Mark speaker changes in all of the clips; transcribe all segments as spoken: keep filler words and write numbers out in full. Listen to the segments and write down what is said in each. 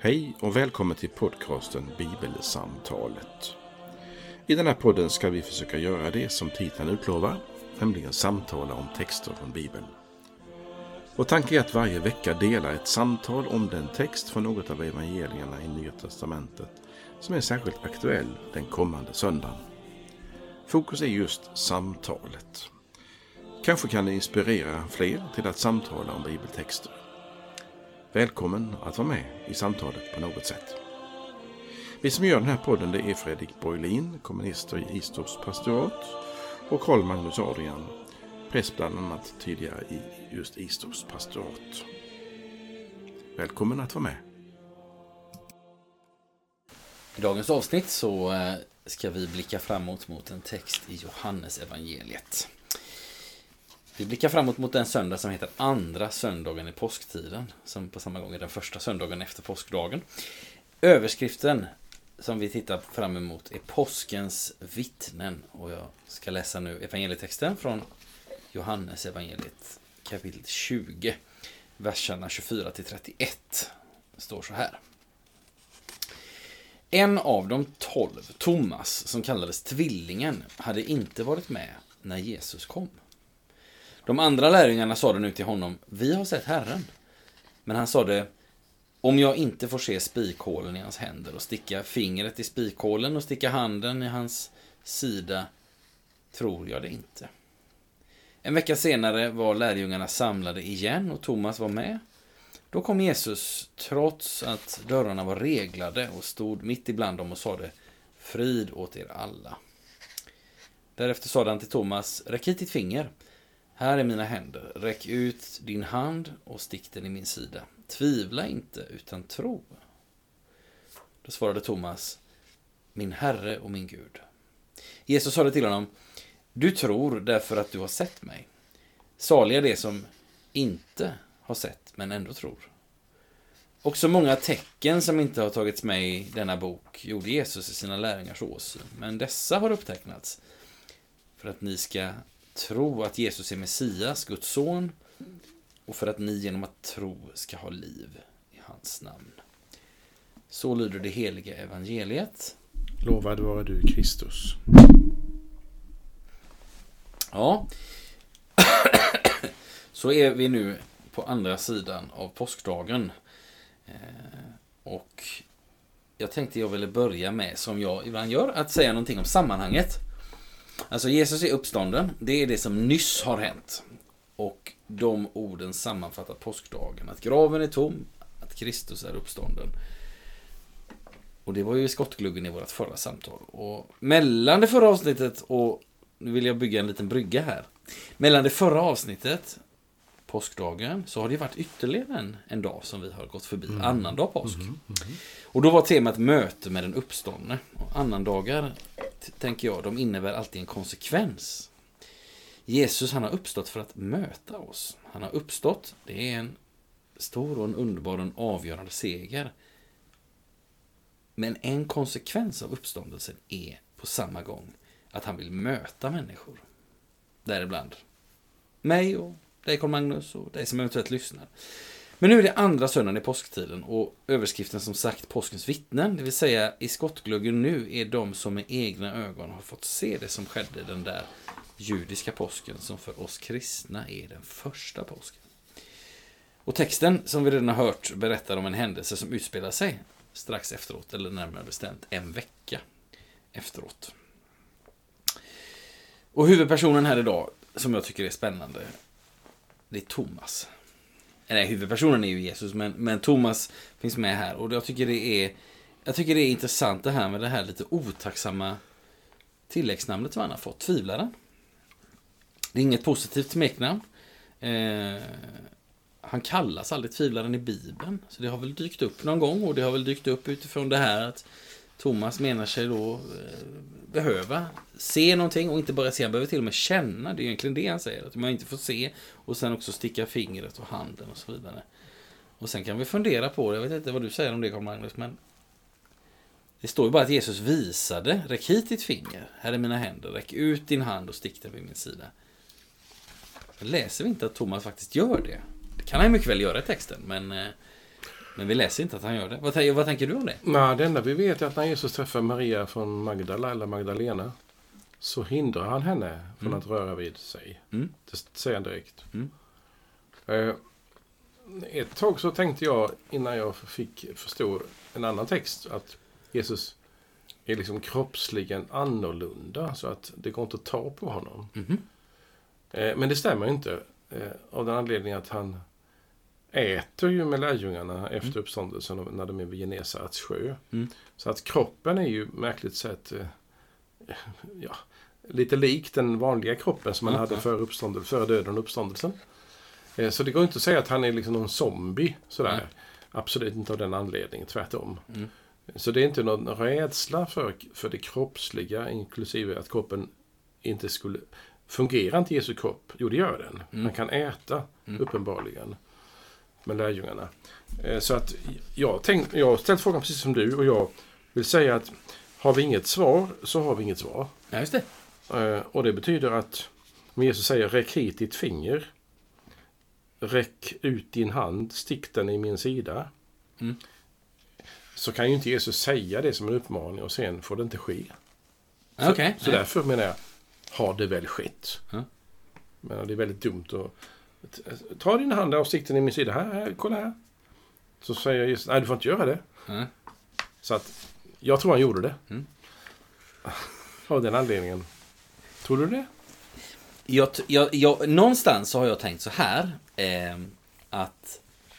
Speaker 1: Hej och välkommen till podcasten Bibelsamtalet. I den här podden ska vi försöka göra det som titeln utlovar, nämligen samtala om texter från Bibeln. Och tanken är att varje vecka dela ett samtal om den text från något av evangelierna i Nya testamentet som är särskilt aktuell den kommande söndagen. Fokus är just samtalet. Kanske kan det inspirera fler till att samtala om bibeltexter. Välkommen att vara med i samtalet på något sätt. Vi som gör den här podden det är Fredrik Borglin, kommunister i Istorps pastorat, och Carl Magnus Adrian, präst bland annat tidigare i just Istorps pastorat. Välkommen att vara med.
Speaker 2: I dagens avsnitt så ska vi blicka framåt mot en text i Johannes evangeliet. Vi blickar framåt mot en söndag som heter andra söndagen i påsktiden, som på samma gång är den första söndagen efter påskdagen. Överskriften som vi tittar fram emot är påskens vittnen, och jag ska läsa nu evangelietexten från Johannes evangeliet kapitel tjugo, verserna tjugofyra till trettioett. Det står så här. En av de tolv, Thomas, som kallades tvillingen, hade inte varit med när Jesus kom. De andra lärjungarna sa det nu till honom: vi har sett Herren. Men han sa det: om jag inte får se spikhålen i hans händer och sticka fingret i spikhålen och sticka handen i hans sida, tror jag det inte. En vecka senare var lärjungarna samlade igen och Thomas var med. Då kom Jesus, trots att dörrarna var reglade, och stod mitt ibland dem och sade: frid åt er alla. Därefter sa han till Thomas: räck hit ditt finger. Här är mina händer. Räck ut din hand och stick den i min sida. Tvivla inte, utan tro. Då svarade Thomas: min Herre och min Gud. Jesus sa det till honom: du tror därför att du har sett mig. Saliga det som inte har sett men ändå tror. Också många tecken som inte har tagits med i denna bok gjorde Jesus i sina lärjungars åsyn. Men dessa har upptecknats för att ni ska tro att Jesus är Messias, Guds son, och för att ni genom att tro ska ha liv i hans namn. Så lyder det heliga evangeliet.
Speaker 1: Lovad vare du, Kristus.
Speaker 2: Ja, så är vi nu på andra sidan av påskdagen. Och jag tänkte jag ville börja med, som jag ibland gör, att säga någonting om sammanhanget. Alltså Jesus är uppstånden, det är det som nyss har hänt. Och de orden sammanfattar påskdagen: att graven är tom, att Kristus är uppstånden. Och det var ju skottgluggen i vårt förra samtal. Och mellan det förra avsnittet och, nu vill jag bygga en liten brygga här. Mellan det förra avsnittet, påskdagen, så har det varit ytterligare en, en dag som vi har gått förbi, mm. annandag påsk. Mm, mm. Och då var temat möte med den uppståndne. Och annandagar, t- tänker jag, de innebär alltid en konsekvens. Jesus, han har uppstått för att möta oss. Han har uppstått, det är en stor och en underbar och en avgörande seger. Men en konsekvens av uppståndelsen är på samma gång att han vill möta människor. Däribland mig och dig, Carl Magnus, och dig som eventuellt lyssnar. Men nu är det andra söndagen i påsktiden, och överskriften som sagt påskens vittnen, det vill säga i skottgluggen nu är de som med egna ögon har fått se det som skedde den där judiska påsken, som för oss kristna är den första påsken. Och texten som vi redan har hört berättar om en händelse som utspelar sig strax efteråt, eller närmare bestämt en vecka efteråt. Och huvudpersonen här idag, som jag tycker är spännande, det är Thomas. Nej, huvudpersonen är ju Jesus, men, men Thomas finns med här. Och jag tycker det är jag tycker det är intressant det här med det här lite otacksamma tilläggsnamnet som han har fått, tvivlaren. Det är inget positivt smeknamn. Eh, han kallas aldrig tvivlaren i Bibeln, så det har väl dykt upp någon gång, och det har väl dykt upp utifrån det här att Thomas menar sig då eh, behöva se någonting, och inte bara se, han behöver till och med känna. Det är egentligen det han säger, att man inte får se och sen också sticka fingret och handen och så vidare. Och sen kan vi fundera på det, jag vet inte vad du säger om det, Carl Magnus, men det står ju bara att Jesus visade: räck hit ditt finger, här är mina händer, räck ut din hand och stick den vid min sida. Men läser vi inte att Thomas faktiskt gör det? Det kan han mycket väl göra i texten, men Men vi läser inte att han gör det. Vad, vad tänker du om det?
Speaker 1: Nej, det enda vi vet är att när Jesus träffar Maria från Magdala eller Magdalena så hindrar han henne från mm. att röra vid sig. Mm. Det säger han direkt. Mm. Eh, ett tag så tänkte jag innan jag fick förstå en annan text att Jesus är liksom kroppsligen annorlunda så att det går inte att ta på honom. Mm. Eh, men det stämmer inte eh, av den anledningen att han äter ju med lärjungarna efter mm. uppståndelsen när de är vid Genesarets sjö. Mm. Så att kroppen är ju märkligt sett eh, ja, lite lik den vanliga kroppen som man mm. hade före uppståndelsen, före döden och uppståndelsen. Eh, så det går inte att säga att han är liksom någon zombie sådär. Mm. Absolut inte av den anledningen, tvärtom. Mm. Så det är inte någon rädsla för, för det kroppsliga, inklusive att kroppen inte skulle fungera inte Jesu kropp. Jo, det gör den. Mm. Man kan äta, mm. uppenbarligen, med lärjungarna. Så att jag, tänkt, jag har ställt frågan precis som du och jag vill säga att har vi inget svar så har vi inget svar.
Speaker 2: Ja, just det.
Speaker 1: Och det betyder att om Jesus säger räck hit ditt finger, räck ut din hand, stick den i min sida. Mm. Så kan ju inte Jesus säga det som en uppmaning och sen får det inte ske. Så,
Speaker 2: okay.
Speaker 1: så därför menar jag, har det väl skett? Mm. Men det är väldigt dumt att ta din hand och stick den i min sida. Här, här, kolla här. Så säger Jesus, nej du får inte göra det. Mm. Så att jag tror han gjorde det. Mm. Av den anledningen. Tror du det?
Speaker 2: Jag, jag, jag, någonstans så har jag tänkt så här. Eh, att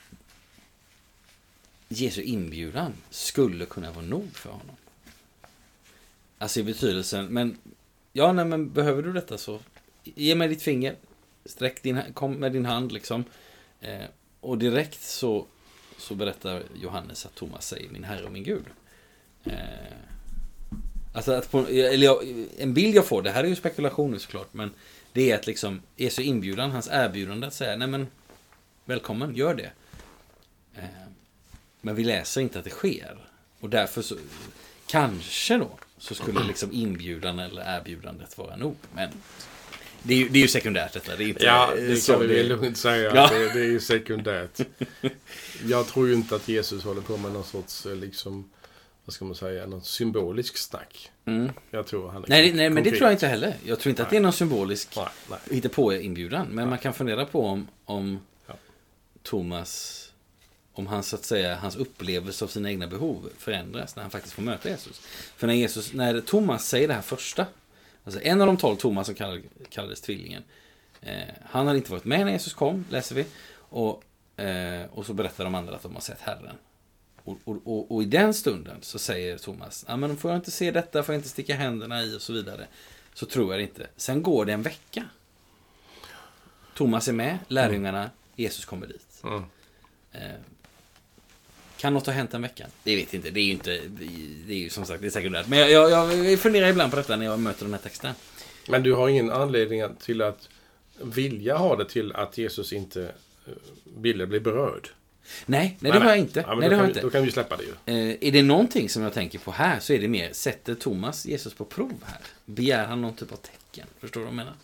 Speaker 2: Jesu inbjudan skulle kunna vara nog för honom. Alltså i betydelsen, men ja, nej, men behöver du detta så ge mig ditt finger, sträck din, kom med din hand liksom. Eh, och direkt så, så berättar Johannes att Thomas säger min Herre och min Gud. Eh, alltså att på, eller jag, en bild jag får, det här är ju spekulationer såklart, men det är att liksom Jesu inbjudan, hans erbjudande att säga, nej men välkommen, gör det. Eh, Men vi läser inte att det sker. Och därför så, kanske då, så skulle liksom inbjudan eller erbjudandet vara nog. Men det är ju, det är ju sekundärt detta. Det är inte,
Speaker 1: ja, det kan vi väl lugnt säga. Ja. Det, det är ju sekundärt. Jag tror ju inte att Jesus håller på med någon sorts, liksom, vad ska man säga, någon symbolisk snack. Mm. Jag tror han är
Speaker 2: nej, nej, men det tror jag inte heller. Jag tror inte nej. att det är någon symbolisk
Speaker 1: nej, nej.
Speaker 2: hitta på inbjudan. Men
Speaker 1: nej.
Speaker 2: man kan fundera på om, om
Speaker 1: ja.
Speaker 2: Thomas... om hans, så att säga, hans upplevelse av sina egna behov förändras när han faktiskt får möta Jesus. För när Jesus, när Thomas säger det här första, alltså en av de tolv Thomas som kallades, kallades tvillingen, eh, han har inte varit med när Jesus kom, läser vi, och, eh, och så berättar de andra att de har sett Herren. Och, och, och, och i den stunden så säger Thomas, ja men får jag inte se detta, får jag inte sticka händerna i och så vidare, så tror jag inte. Sen går det en vecka. Thomas är med, lärjungarna, Jesus kommer dit. Mm. Eh, Kan något ha hänt en vecka? Det vet jag inte. Det är ju inte, det är ju som sagt, det är sekundärt. Men jag, jag, jag funderar ibland på detta när jag möter den här texten.
Speaker 1: Men du har ingen anledning till att vilja ha det till att Jesus inte ville bli berörd?
Speaker 2: Nej, nej det har jag inte.
Speaker 1: Ja,
Speaker 2: nej,
Speaker 1: då,
Speaker 2: det har
Speaker 1: kan
Speaker 2: inte.
Speaker 1: Vi, då kan vi släppa det ju.
Speaker 2: Eh, är det någonting som jag tänker på här så är det mer, sätter Thomas Jesus på prov här? Begär han någon typ av tecken? Förstår du vad jag menar?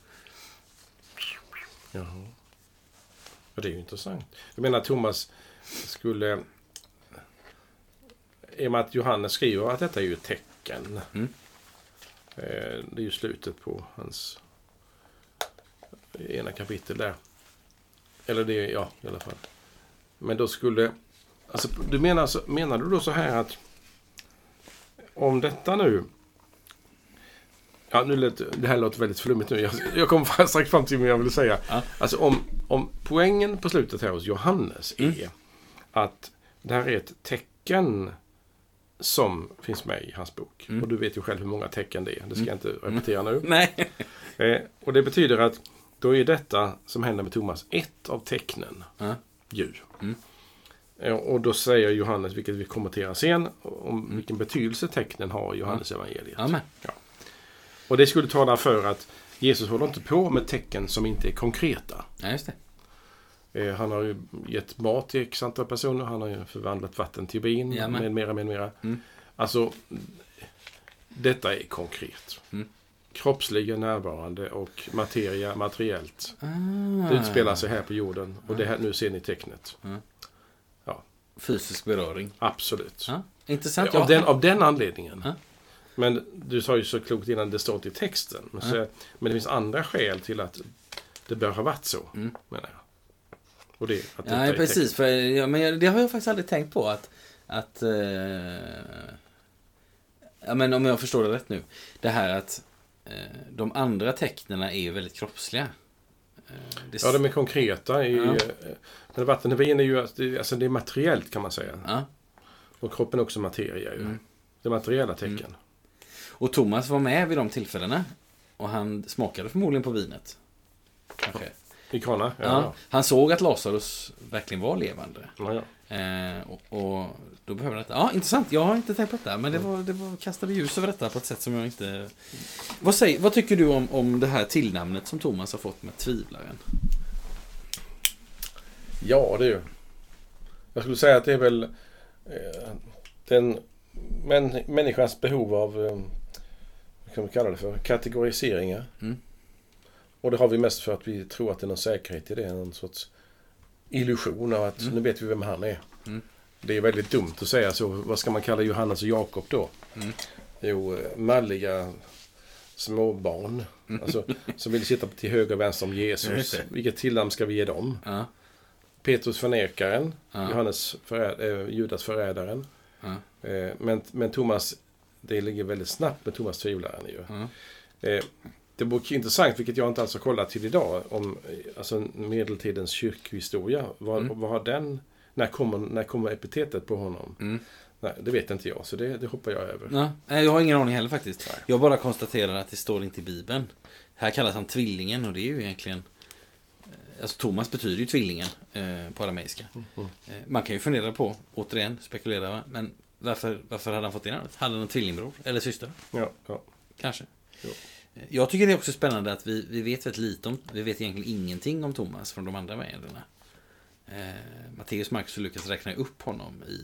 Speaker 1: Jaha. Ja, det är ju intressant. Jag menar Thomas skulle... I och med att Johannes skriver att detta är ju ett tecken. Mm. Det är ju slutet på hans ena kapitel där. Eller det, ja, i alla fall. Men då skulle... Alltså, du menar, så, menar du då så här att om detta nu... Ja, nu lät, det här låter väldigt flummigt nu. Jag, jag kommer strax fram till vad jag vill säga. Ja. Alltså om, om poängen på slutet här hos Johannes är mm. att det här är ett tecken som finns med i hans bok. Mm. Och du vet ju själv hur många tecken det är. Det ska jag inte repetera mm. nu.
Speaker 2: Nej.
Speaker 1: Eh, och det betyder att då är detta som händer med Thomas ett av tecknen. Mm. Djur. Mm. Eh, och då säger Johannes, vilket vi kommenterar sen, om mm. vilken betydelse tecknen har i Johannes mm. evangeliet.
Speaker 2: Amen.
Speaker 1: Ja. Och det skulle tala för att Jesus håller inte på med tecken som inte är konkreta.
Speaker 2: Ja, just det.
Speaker 1: Han har ju gett mat till x antal personer. Han har ju förvandlat vatten till vin. Ja, med mera, med mera. Mm. Alltså, detta är konkret. Mm. Kroppsligen närvarande och materia, materiellt. Ah. Det utspelar sig här på jorden. Och det här, nu ser ni tecknet. Mm. Ja.
Speaker 2: fysisk beröring.
Speaker 1: Absolut.
Speaker 2: Ja, intressant.
Speaker 1: Ja, av,
Speaker 2: Ja.
Speaker 1: den, av den anledningen.
Speaker 2: Ja.
Speaker 1: Men du sa ju så klokt innan det står i texten. Men, så,
Speaker 2: Ja.
Speaker 1: men det finns andra skäl till att det bör ha varit så,
Speaker 2: Mm.
Speaker 1: menar jag. Och det, att detta
Speaker 2: Ja,
Speaker 1: är
Speaker 2: precis.
Speaker 1: texten.
Speaker 2: För, ja, men jag- det har jag faktiskt aldrig tänkt på. Att, att eh, ja, men om jag förstår det rätt nu. Det här att eh, de andra tecknena är ju väldigt kroppsliga. Eh, det,
Speaker 1: Ja, de är konkreta. I,
Speaker 2: Ja.
Speaker 1: Men vatten och vin är ju alltså det är materiellt, kan man säga.
Speaker 2: ja.
Speaker 1: Och kroppen är också materia. Ju.
Speaker 2: Mm.
Speaker 1: Det är materiella tecken.
Speaker 2: Mm. Och Thomas var med vid de tillfällena. Och han smakade förmodligen på vinet. Kanske.
Speaker 1: I Kana? Ja.
Speaker 2: Ja.
Speaker 1: Ja.
Speaker 2: Han såg att Lazarus verkligen var levande.
Speaker 1: Ja, ja.
Speaker 2: Eh, och, och då behöver detta. Ja, intressant. Jag har inte tänkt på detta. Men det var, det var kastade ljus över detta på ett sätt som jag inte... Vad, säger, vad tycker du om, om det här tillnamnet som Thomas har fått med tvivlaren?
Speaker 1: Ja, det är ju. Jag skulle säga att det är väl eh, den män, människans behov av eh, vad kan vi kalla det för? Kategoriseringar.
Speaker 2: Mm.
Speaker 1: Och det har vi mest för att vi tror att det är någon säkerhet i det. En sorts illusion av att
Speaker 2: Mm.
Speaker 1: nu vet vi vem han är.
Speaker 2: Mm.
Speaker 1: Det är väldigt dumt att säga så. Vad ska man kalla Johannes och Jakob då?
Speaker 2: Mm.
Speaker 1: Jo, eh, malliga småbarn. Alltså, som vill sitta till höger och vänster om
Speaker 2: Ja, just
Speaker 1: Jesus.
Speaker 2: det.
Speaker 1: Vilket tillnamn ska vi ge dem?
Speaker 2: Ja,
Speaker 1: Petrus förnekaren,
Speaker 2: Ja.
Speaker 1: Johannes förä, eh, Judas förrädaren.
Speaker 2: ja,
Speaker 1: Eh, men, men Thomas, det ligger väldigt snabbt med Thomas tvivlaren ju.
Speaker 2: ja.
Speaker 1: Eh, det vore intressant, vilket jag inte alls har kollat till idag, om eh, alltså medeltidens kyrkhistoria. Vad,
Speaker 2: Mm.
Speaker 1: vad har den, när kommer, när kommer epitetet på honom?
Speaker 2: Mm.
Speaker 1: Nej, det vet inte jag, så det, det hoppar jag över.
Speaker 2: Ja, nej, jag har ingen aning heller faktiskt.
Speaker 1: Nej.
Speaker 2: Jag bara konstaterar att det står inte i Bibeln. Här kallas han tvillingen och det är ju egentligen... Alltså Thomas betyder ju tvillingen eh, på arameiska.
Speaker 1: Mm.
Speaker 2: Eh, man kan ju fundera på, återigen, spekulera, va? Men varför, varför hade han fått det namnet? Hade han en tvillingbror eller syster?
Speaker 1: Ja, ja.
Speaker 2: Kanske.
Speaker 1: Jo.
Speaker 2: Eh, Jag tycker det är också spännande att vi, vi vet väldigt lite om, vi vet egentligen ingenting om Thomas från de andra evangelierna. Eh, Matteus, Markus och Lukas räknar upp honom i,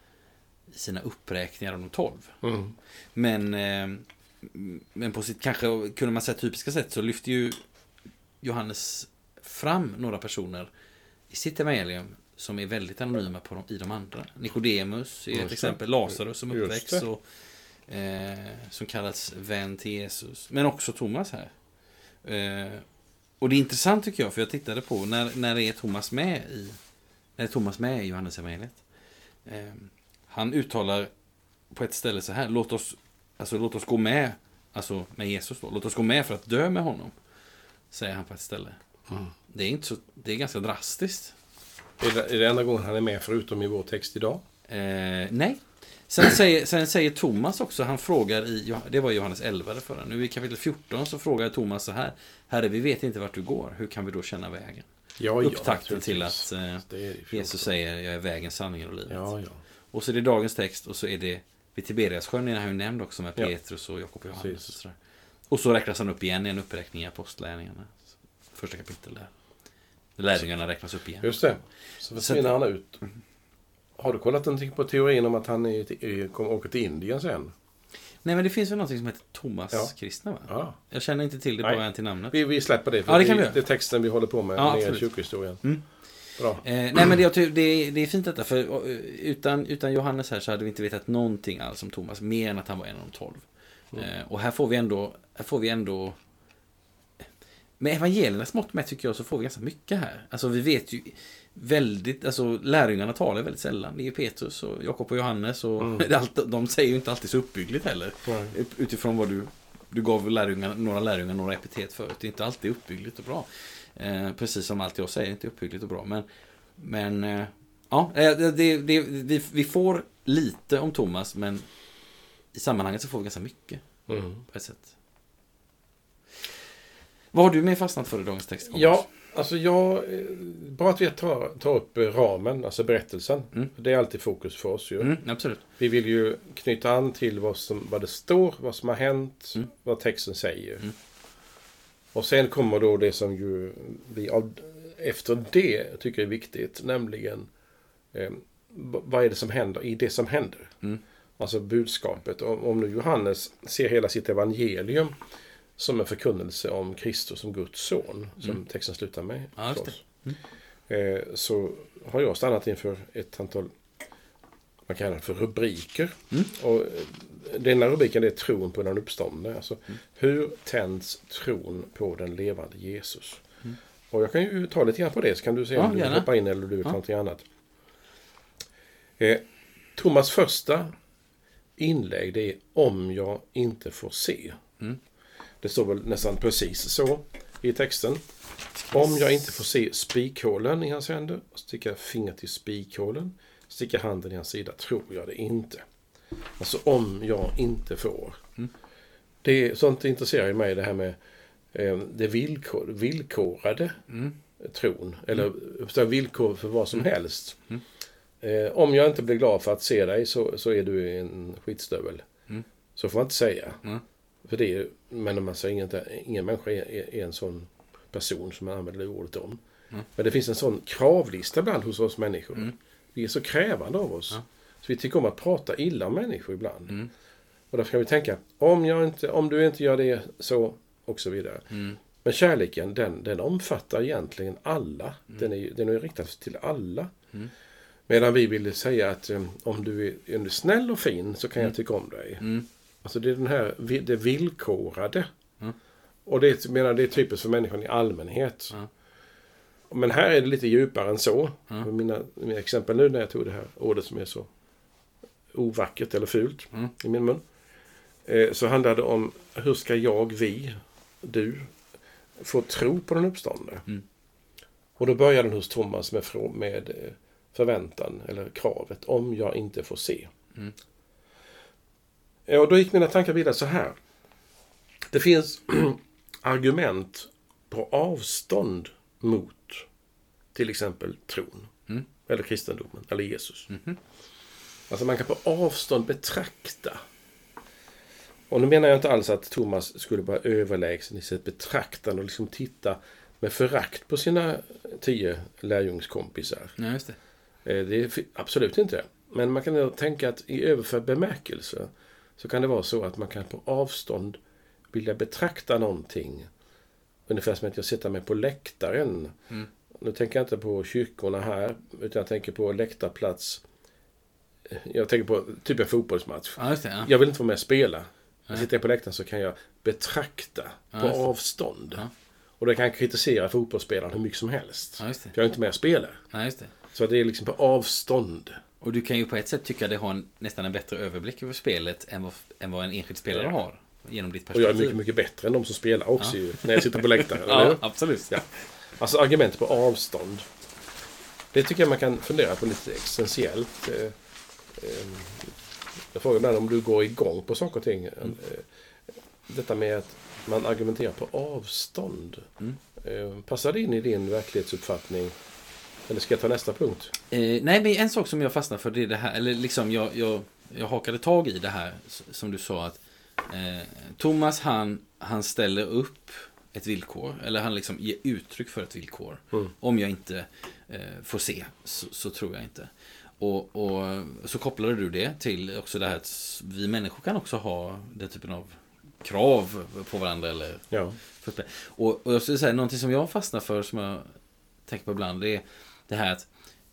Speaker 2: i sina uppräkningar av de tolv.
Speaker 1: Mm.
Speaker 2: Men, eh, men på sitt kanske, kunde man säga typiska sätt, så lyfter ju Johannes fram några personer i sitt evangelium som är väldigt anonyma på de, i de andra. Nikodemus är
Speaker 1: Just
Speaker 2: ett
Speaker 1: det.
Speaker 2: exempel, Lazarus som
Speaker 1: Just
Speaker 2: uppväxt
Speaker 1: det.
Speaker 2: och, eh, som kallas vän till Jesus. Men också Thomas här. Eh, och det är intressant tycker jag, för jag tittade på när, när är Thomas med i när är Thomas med i Johannes evangeliet. Eh, han uttalar på ett ställe så här: låt oss, alltså, låt oss gå med, alltså med Jesus då, låt oss gå med för att dö med honom, säger han på ett ställe.
Speaker 1: Mm.
Speaker 2: Det är inte så, det är ganska drastiskt.
Speaker 1: Är, det, är det enda gången han är med förutom i vår text idag?
Speaker 2: Eh, nej. Sen säger, sen säger Thomas också, han frågar i, det var Johannes elva det förra, nu i kapitel fjorton så frågar Thomas så här: Herre, vi vet inte vart du går, hur kan vi då känna vägen?
Speaker 1: Ja,
Speaker 2: Upptakten till
Speaker 1: naturligtvis.
Speaker 2: att eh,
Speaker 1: Det är det i fjorton.
Speaker 2: Jesus säger, jag är vägen, sanningen och livet.
Speaker 1: Ja, ja.
Speaker 2: Och så är det dagens text, och så är det vid Tiberiassjön, är han ju nämnd också med
Speaker 1: Ja.
Speaker 2: Petrus och Jakob och Johannes.
Speaker 1: Precis.
Speaker 2: Och, sådär. Och så räknas han upp igen i en uppräkning i Apostlagärningarna. Första kapitel där. Lärjungarna räknas upp igen.
Speaker 1: Just det. Så försvinner han ut. Har du kollat någonting på teorin om att han är, är, kommer åka till Indien sen?
Speaker 2: Nej, men det finns väl något som heter Thomas
Speaker 1: Ja.
Speaker 2: kristna, va?
Speaker 1: Ja.
Speaker 2: Jag känner inte till det,
Speaker 1: Nej.
Speaker 2: bara en till namnet.
Speaker 1: Vi, vi släpper det, för
Speaker 2: Ja, det kan vi
Speaker 1: det,
Speaker 2: göra.
Speaker 1: det är texten vi håller på med,
Speaker 2: Ja,
Speaker 1: med
Speaker 2: absolut.
Speaker 1: kyrkohistorien.
Speaker 2: Mm.
Speaker 1: Bra.
Speaker 2: Eh, nej, men det, jag ty- det, är- det är fint detta, för eh, utan, utan Johannes här så hade vi inte vetat någonting alls om Thomas, mer än att han var en av de tolv.
Speaker 1: Mm.
Speaker 2: Eh, och här får vi ändå, här får vi ändå med evangeliernas mått med tycker jag, så får vi ganska mycket här. Alltså vi vet ju väldigt, alltså lärjungarna talar väldigt sällan. Det är ju Petrus och Jakob och Johannes och
Speaker 1: Mm.
Speaker 2: det är allt, de säger ju inte alltid så uppbyggligt heller.
Speaker 1: Nej.
Speaker 2: Utifrån vad du, du gav lärjungarna, några lärjungar några epitet förut. Det är inte alltid uppbyggligt och bra. Eh, precis som allt jag säger, är inte uppbyggligt och bra. Men, men eh, ja, det, det, det, vi, vi får lite om Thomas, men i sammanhanget så får vi ganska mycket
Speaker 1: Mm.
Speaker 2: på ett sätt. Vad har du med fastnat för i dagens text?
Speaker 1: Ja, alltså jag... eh, Bara att vi tar, tar upp eh, ramen, alltså berättelsen.
Speaker 2: Mm.
Speaker 1: Det är alltid fokus för oss ju.
Speaker 2: Mm, absolut.
Speaker 1: Vi vill ju knyta an till vad, som, vad det står, vad som har hänt,
Speaker 2: Mm.
Speaker 1: vad texten säger.
Speaker 2: Mm.
Speaker 1: Och sen kommer då det som ju vi av, efter det tycker är viktigt, nämligen eh, b- vad är det som händer i det som händer.
Speaker 2: Mm.
Speaker 1: Alltså budskapet. Om, om nu Johannes ser hela sitt evangelium som en förkunnelse om Kristus som Guds son, som
Speaker 2: Mm.
Speaker 1: texten slutar med.
Speaker 2: Ja, just
Speaker 1: förstås.
Speaker 2: det. Mm.
Speaker 1: Eh, så har jag stannat inför ett antal man kallar det för rubriker.
Speaker 2: Mm.
Speaker 1: Och denna rubriken är tron på den uppståndne. Alltså,
Speaker 2: Mm.
Speaker 1: hur tänds tron på den levande Jesus?
Speaker 2: Mm.
Speaker 1: Och jag kan ju ta lite grann på det, så kan du se
Speaker 2: Ja,
Speaker 1: om du vill
Speaker 2: gärna.
Speaker 1: hoppa in eller du vill ta
Speaker 2: Ja.
Speaker 1: någonting annat. Eh, Thomas första inlägg, det är om jag inte får se.
Speaker 2: Mm.
Speaker 1: Det står väl nästan precis så i texten. Om jag inte får se spikhålen i hans händer, sticka fingret till spikhålen, sticka handen i hans sida, tror jag det inte. Alltså om jag inte får.
Speaker 2: Mm.
Speaker 1: Det är sånt intresserar ju mig, det här med eh, det villkor, villkorade
Speaker 2: Mm.
Speaker 1: tron. Eller mm. villkor för vad som
Speaker 2: Mm.
Speaker 1: helst.
Speaker 2: Mm.
Speaker 1: Eh, om jag inte blir glad för att se dig så, så är du en skitstövel.
Speaker 2: Mm.
Speaker 1: Så får man inte säga.
Speaker 2: Mm.
Speaker 1: För det är ju, men man säger ingen, ingen människa är, är, är en sån person som man använder det ordet om.
Speaker 2: Mm.
Speaker 1: Men det finns en sån kravlista ibland hos oss människor.
Speaker 2: Mm.
Speaker 1: Vi är så krävande av oss.
Speaker 2: Ja.
Speaker 1: Så vi tycker om att prata illa om människor ibland.
Speaker 2: Mm.
Speaker 1: Och därför kan vi tänka, om, jag inte, om du inte gör det så, och så vidare.
Speaker 2: Mm.
Speaker 1: Men kärleken, den, den omfattar egentligen alla.
Speaker 2: Mm.
Speaker 1: Den är ju den är riktad till alla.
Speaker 2: Mm.
Speaker 1: Medan vi ville säga att um, om du är, om du är snäll och fin så kan
Speaker 2: Mm.
Speaker 1: jag tycka om dig.
Speaker 2: Mm.
Speaker 1: Alltså det är den här, vi- det villkorade.
Speaker 2: Mm.
Speaker 1: Och det, menar, det är typiskt för människan i allmänhet.
Speaker 2: Ja.
Speaker 1: Men här är det lite djupare än så.
Speaker 2: Ja.
Speaker 1: Mina, mina exempel nu när jag tog det här ordet som är så ovackert eller fult
Speaker 2: Mm.
Speaker 1: i min mun. Eh, så handlar det om hur ska jag, vi, du få tro på den uppståndne.
Speaker 2: Mm.
Speaker 1: Och då börjar den hos Thomas med, frå- med eh, förväntan eller kravet om jag inte får se.
Speaker 2: Mm.
Speaker 1: Eh, och då gick mina tankar vidare så här. Det finns argument på avstånd mot till exempel tron.
Speaker 2: Mm.
Speaker 1: Eller kristendomen. Eller Jesus.
Speaker 2: Mhm.
Speaker 1: Alltså man kan på avstånd betrakta. Och nu menar jag inte alls att Thomas skulle vara överlägsen i sitt betraktande och liksom titta med förakt på sina tio lärjungskompisar.
Speaker 2: Ja, just det.
Speaker 1: Eh, Det är f- absolut inte det. Men man kan nog tänka att i överförd bemärkelse så kan det vara så att man kan på avstånd vilja betrakta någonting. Ungefär som att jag sitter mig på läktaren.
Speaker 2: Mm.
Speaker 1: Nu tänker jag inte på kyrkorna här, utan jag tänker på läktarplats. Jag tänker på typ en fotbollsmatch.
Speaker 2: Ja, just det. Ja.
Speaker 1: Jag vill inte vara med och spela. Jag
Speaker 2: Nej.
Speaker 1: sitter jag på läktaren så kan jag betrakta
Speaker 2: Ja,
Speaker 1: på
Speaker 2: just det.
Speaker 1: avstånd.
Speaker 2: Ja.
Speaker 1: Och då kan jag kritisera fotbollsspelaren hur mycket som helst.
Speaker 2: Ja, just det.
Speaker 1: För jag är inte med och spelar.
Speaker 2: Ja, just det.
Speaker 1: Så det är liksom på avstånd.
Speaker 2: Och du kan ju på ett sätt tycka det har en, nästan en bättre överblick över spelet än vad, än vad en enskild spelare
Speaker 1: Ja.
Speaker 2: har. Genom ditt
Speaker 1: Och
Speaker 2: perspektiv.
Speaker 1: jag är mycket, mycket bättre än de som spelar också
Speaker 2: Ja.
Speaker 1: ju, när jag sitter på läktaren. eller
Speaker 2: Ja,
Speaker 1: hur?
Speaker 2: absolut.
Speaker 1: Ja. Alltså argument på avstånd. Det tycker jag man kan fundera på lite existentiellt. Eh, eh, Jag frågar ibland om du går igång på saker och ting.
Speaker 2: Mm.
Speaker 1: Eh, Detta med att man argumenterar på avstånd.
Speaker 2: Mm.
Speaker 1: Eh, Passar det in i din verklighetsuppfattning? Eller ska jag ta nästa punkt?
Speaker 2: Eh, nej, men en sak som jag fastnade för det är det här, eller liksom jag, jag, jag hakade tag i det här s- som du sa att eh, Thomas han, han ställer upp ett villkor, eller han liksom ger uttryck för ett villkor.
Speaker 1: Mm.
Speaker 2: Om jag inte eh, får se så, så tror jag inte. Och, och så kopplade du det till också det här att vi människor kan också ha den typen av krav på varandra eller
Speaker 1: Ja.
Speaker 2: och, och jag skulle säga någonting som jag fastnar för som jag tänker på ibland, det är det här att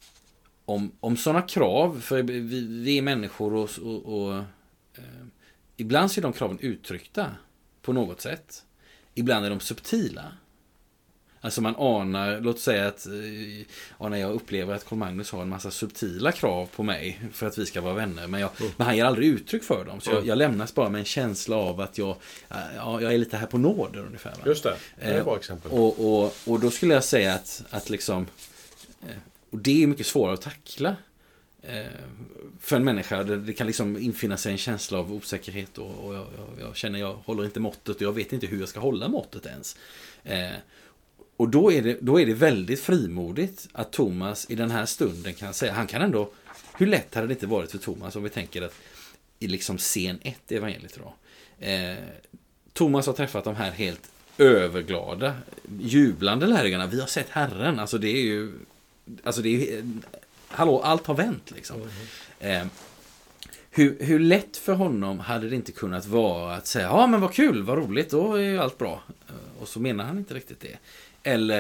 Speaker 2: om, om sådana krav, för vi, vi är människor och, och, och eh, ibland så är de kraven uttryckta på något sätt. Ibland är de subtila. Alltså man anar, låt säga att eh, ja, när jag upplever att Carl Magnus har en massa subtila krav på mig för att vi ska vara vänner, men, jag,
Speaker 1: Mm.
Speaker 2: men han ger aldrig uttryck för dem. Så jag,
Speaker 1: Mm.
Speaker 2: jag lämnas bara med en känsla av att jag, ja, jag är lite här på nåder ungefär. Va?
Speaker 1: Just det, det är
Speaker 2: Eh,
Speaker 1: ett bra exempel.
Speaker 2: Och, och, och då skulle jag säga att, att liksom, eh, och det är mycket svårare att tackla eh, för en människa. Det, det kan liksom infinna sig en känsla av osäkerhet och, och jag, jag, jag känner jag håller inte måttet och jag vet inte hur jag ska hålla måttet ens. Eh, och då är, det, då är det väldigt frimodigt att Thomas i den här stunden kan säga, han kan ändå, hur lätt hade det inte varit för Thomas om vi tänker att i liksom scen ett i evangeliet då. Eh, Thomas har träffat de här helt överglada, jublande lärjungarna. Vi har sett Herren. Alltså det är ju, alltså det är ju, hallå, allt har vänt liksom. Mm. Eh, hur, hur lätt för honom hade det inte kunnat vara att säga, ja men vad kul, vad roligt, då är ju allt bra. Eh, och så menar han inte riktigt det. Eller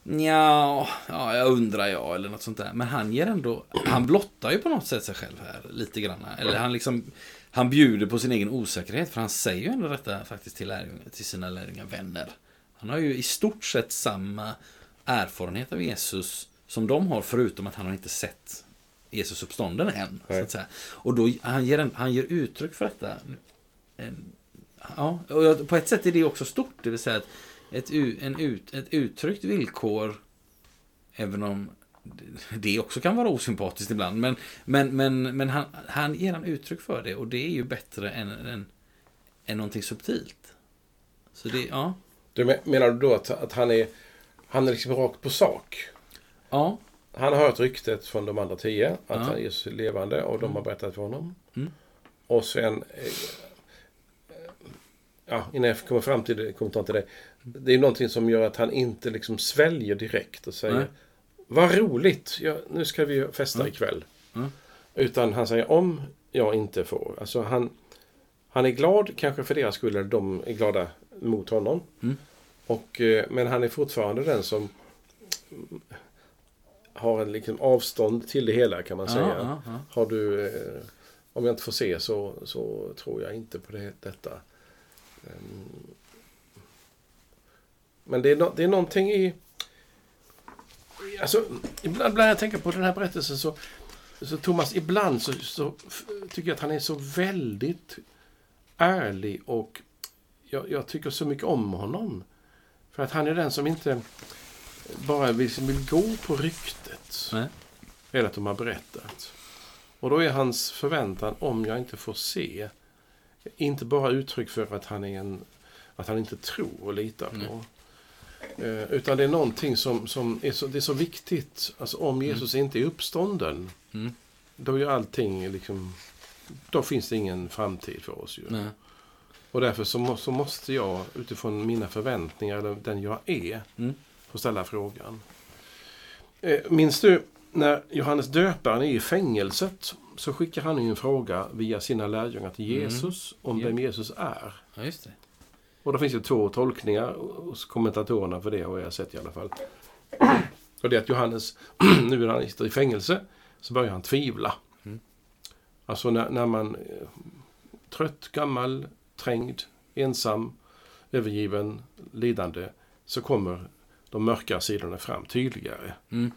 Speaker 2: Ja, ja, jag undrar jag eller något sånt där. Men han ger ändå, han blottar ju på något sätt sig själv här lite grann. Eller han liksom, han bjuder på sin egen osäkerhet. För han säger ju ändå detta faktiskt till, lärjungar, till sina lärjungar vänner. Han har ju i stort sett samma erfarenhet av Jesus som de har, förutom att han har inte sett Jesus uppstånden än. Så att säga. Och då han ger, en, han ger uttryck för detta. Ja, och på ett sätt är det också stort. Det vill säga att ett, en ut, ett uttryckt villkor, även om det också kan vara osympatiskt ibland, men, men, men, men han, han ger en uttryck för det, och det är ju bättre än, än, än någonting subtilt. Så det, ja.
Speaker 1: Du menar du då att, att han är han är liksom rakt på sak?
Speaker 2: Ja.
Speaker 1: Han har hört ryktet från de andra tio att
Speaker 2: ja.
Speaker 1: han är levande, och de
Speaker 2: mm.
Speaker 1: har berättat för honom.
Speaker 2: Mm.
Speaker 1: Och sen ja, innan jag kommer fram till det, kommer till det. Det är någonting som gör att han inte liksom sväljer direkt och säger, nej, vad roligt, ja, nu ska vi festa mm. ikväll. Mm. Utan han säger, om jag inte får. Alltså han, han är glad kanske för deras skull, eller de är glada mot honom. Mm. Och, men han är fortfarande den som har en liksom avstånd till det hela, kan man säga. Ja, ja, ja. Har du, eh, om jag inte får se så, så tror jag inte på det, detta. Um, men det är, no, det är någonting i... Alltså, ibland när jag tänker på den här berättelsen så, så Thomas, ibland så, så tycker jag att han är så väldigt ärlig, och jag, jag tycker så mycket om honom. För att han är den som inte bara vill, vill gå på ryktet. Nej. Eller att de har berättat. Och då är hans förväntan, om jag inte får se, inte bara uttryck för att han är en, att han inte tror och litar på. Mm. Utan det är någonting som, som är, så, det är så viktigt. Alltså om Jesus mm. inte är uppstånden, mm. då är allting liksom, då finns det ingen framtid för oss ju. Nej. Och därför så, må, så måste jag utifrån mina förväntningar, eller den jag är, mm. få ställa frågan. Eh, minns du när Johannes döparen är i fängelset, så skickar han ju en fråga via sina lärjungar till Jesus mm. om yeah. vem Jesus är.
Speaker 2: Ja, just det.
Speaker 1: Och då finns det två tolkningar hos kommentatorerna för det, har jag sett i alla fall. Och det är att Johannes, nu när han sitter i fängelse, så börjar han tvivla. Mm. Alltså när, när man är trött, gammal, trängd, ensam, övergiven, lidande, så kommer de mörka sidorna fram tydligare. Mm.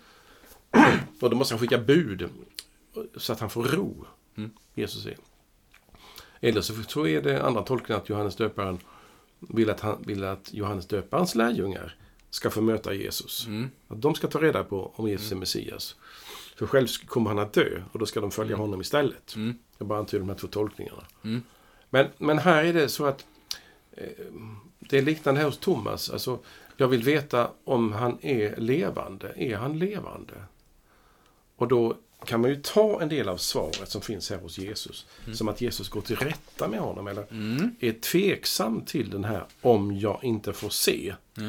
Speaker 1: Och då måste han skicka bud så att han får ro. Mm. Jesus är. Eller så, så är det andra tolkningen att Johannes döparen vill att, han, vill att Johannes döparens lärjungar ska få möta Jesus. Mm. Att de ska ta reda på om Jesus är Messias. För själv kommer han att dö, och då ska de följa mm. honom istället. Mm. Jag bara antyder de här två tolkningarna. Mm. Men, men här är det så att eh, det är liknande här hos Thomas. Alltså, jag vill veta om han är levande. Är han levande? Och då kan man ju ta en del av svaret som finns här hos Jesus. Mm. Som att Jesus går till rätta med honom. Eller mm. är tveksam till den här, om jag inte får se. Mm.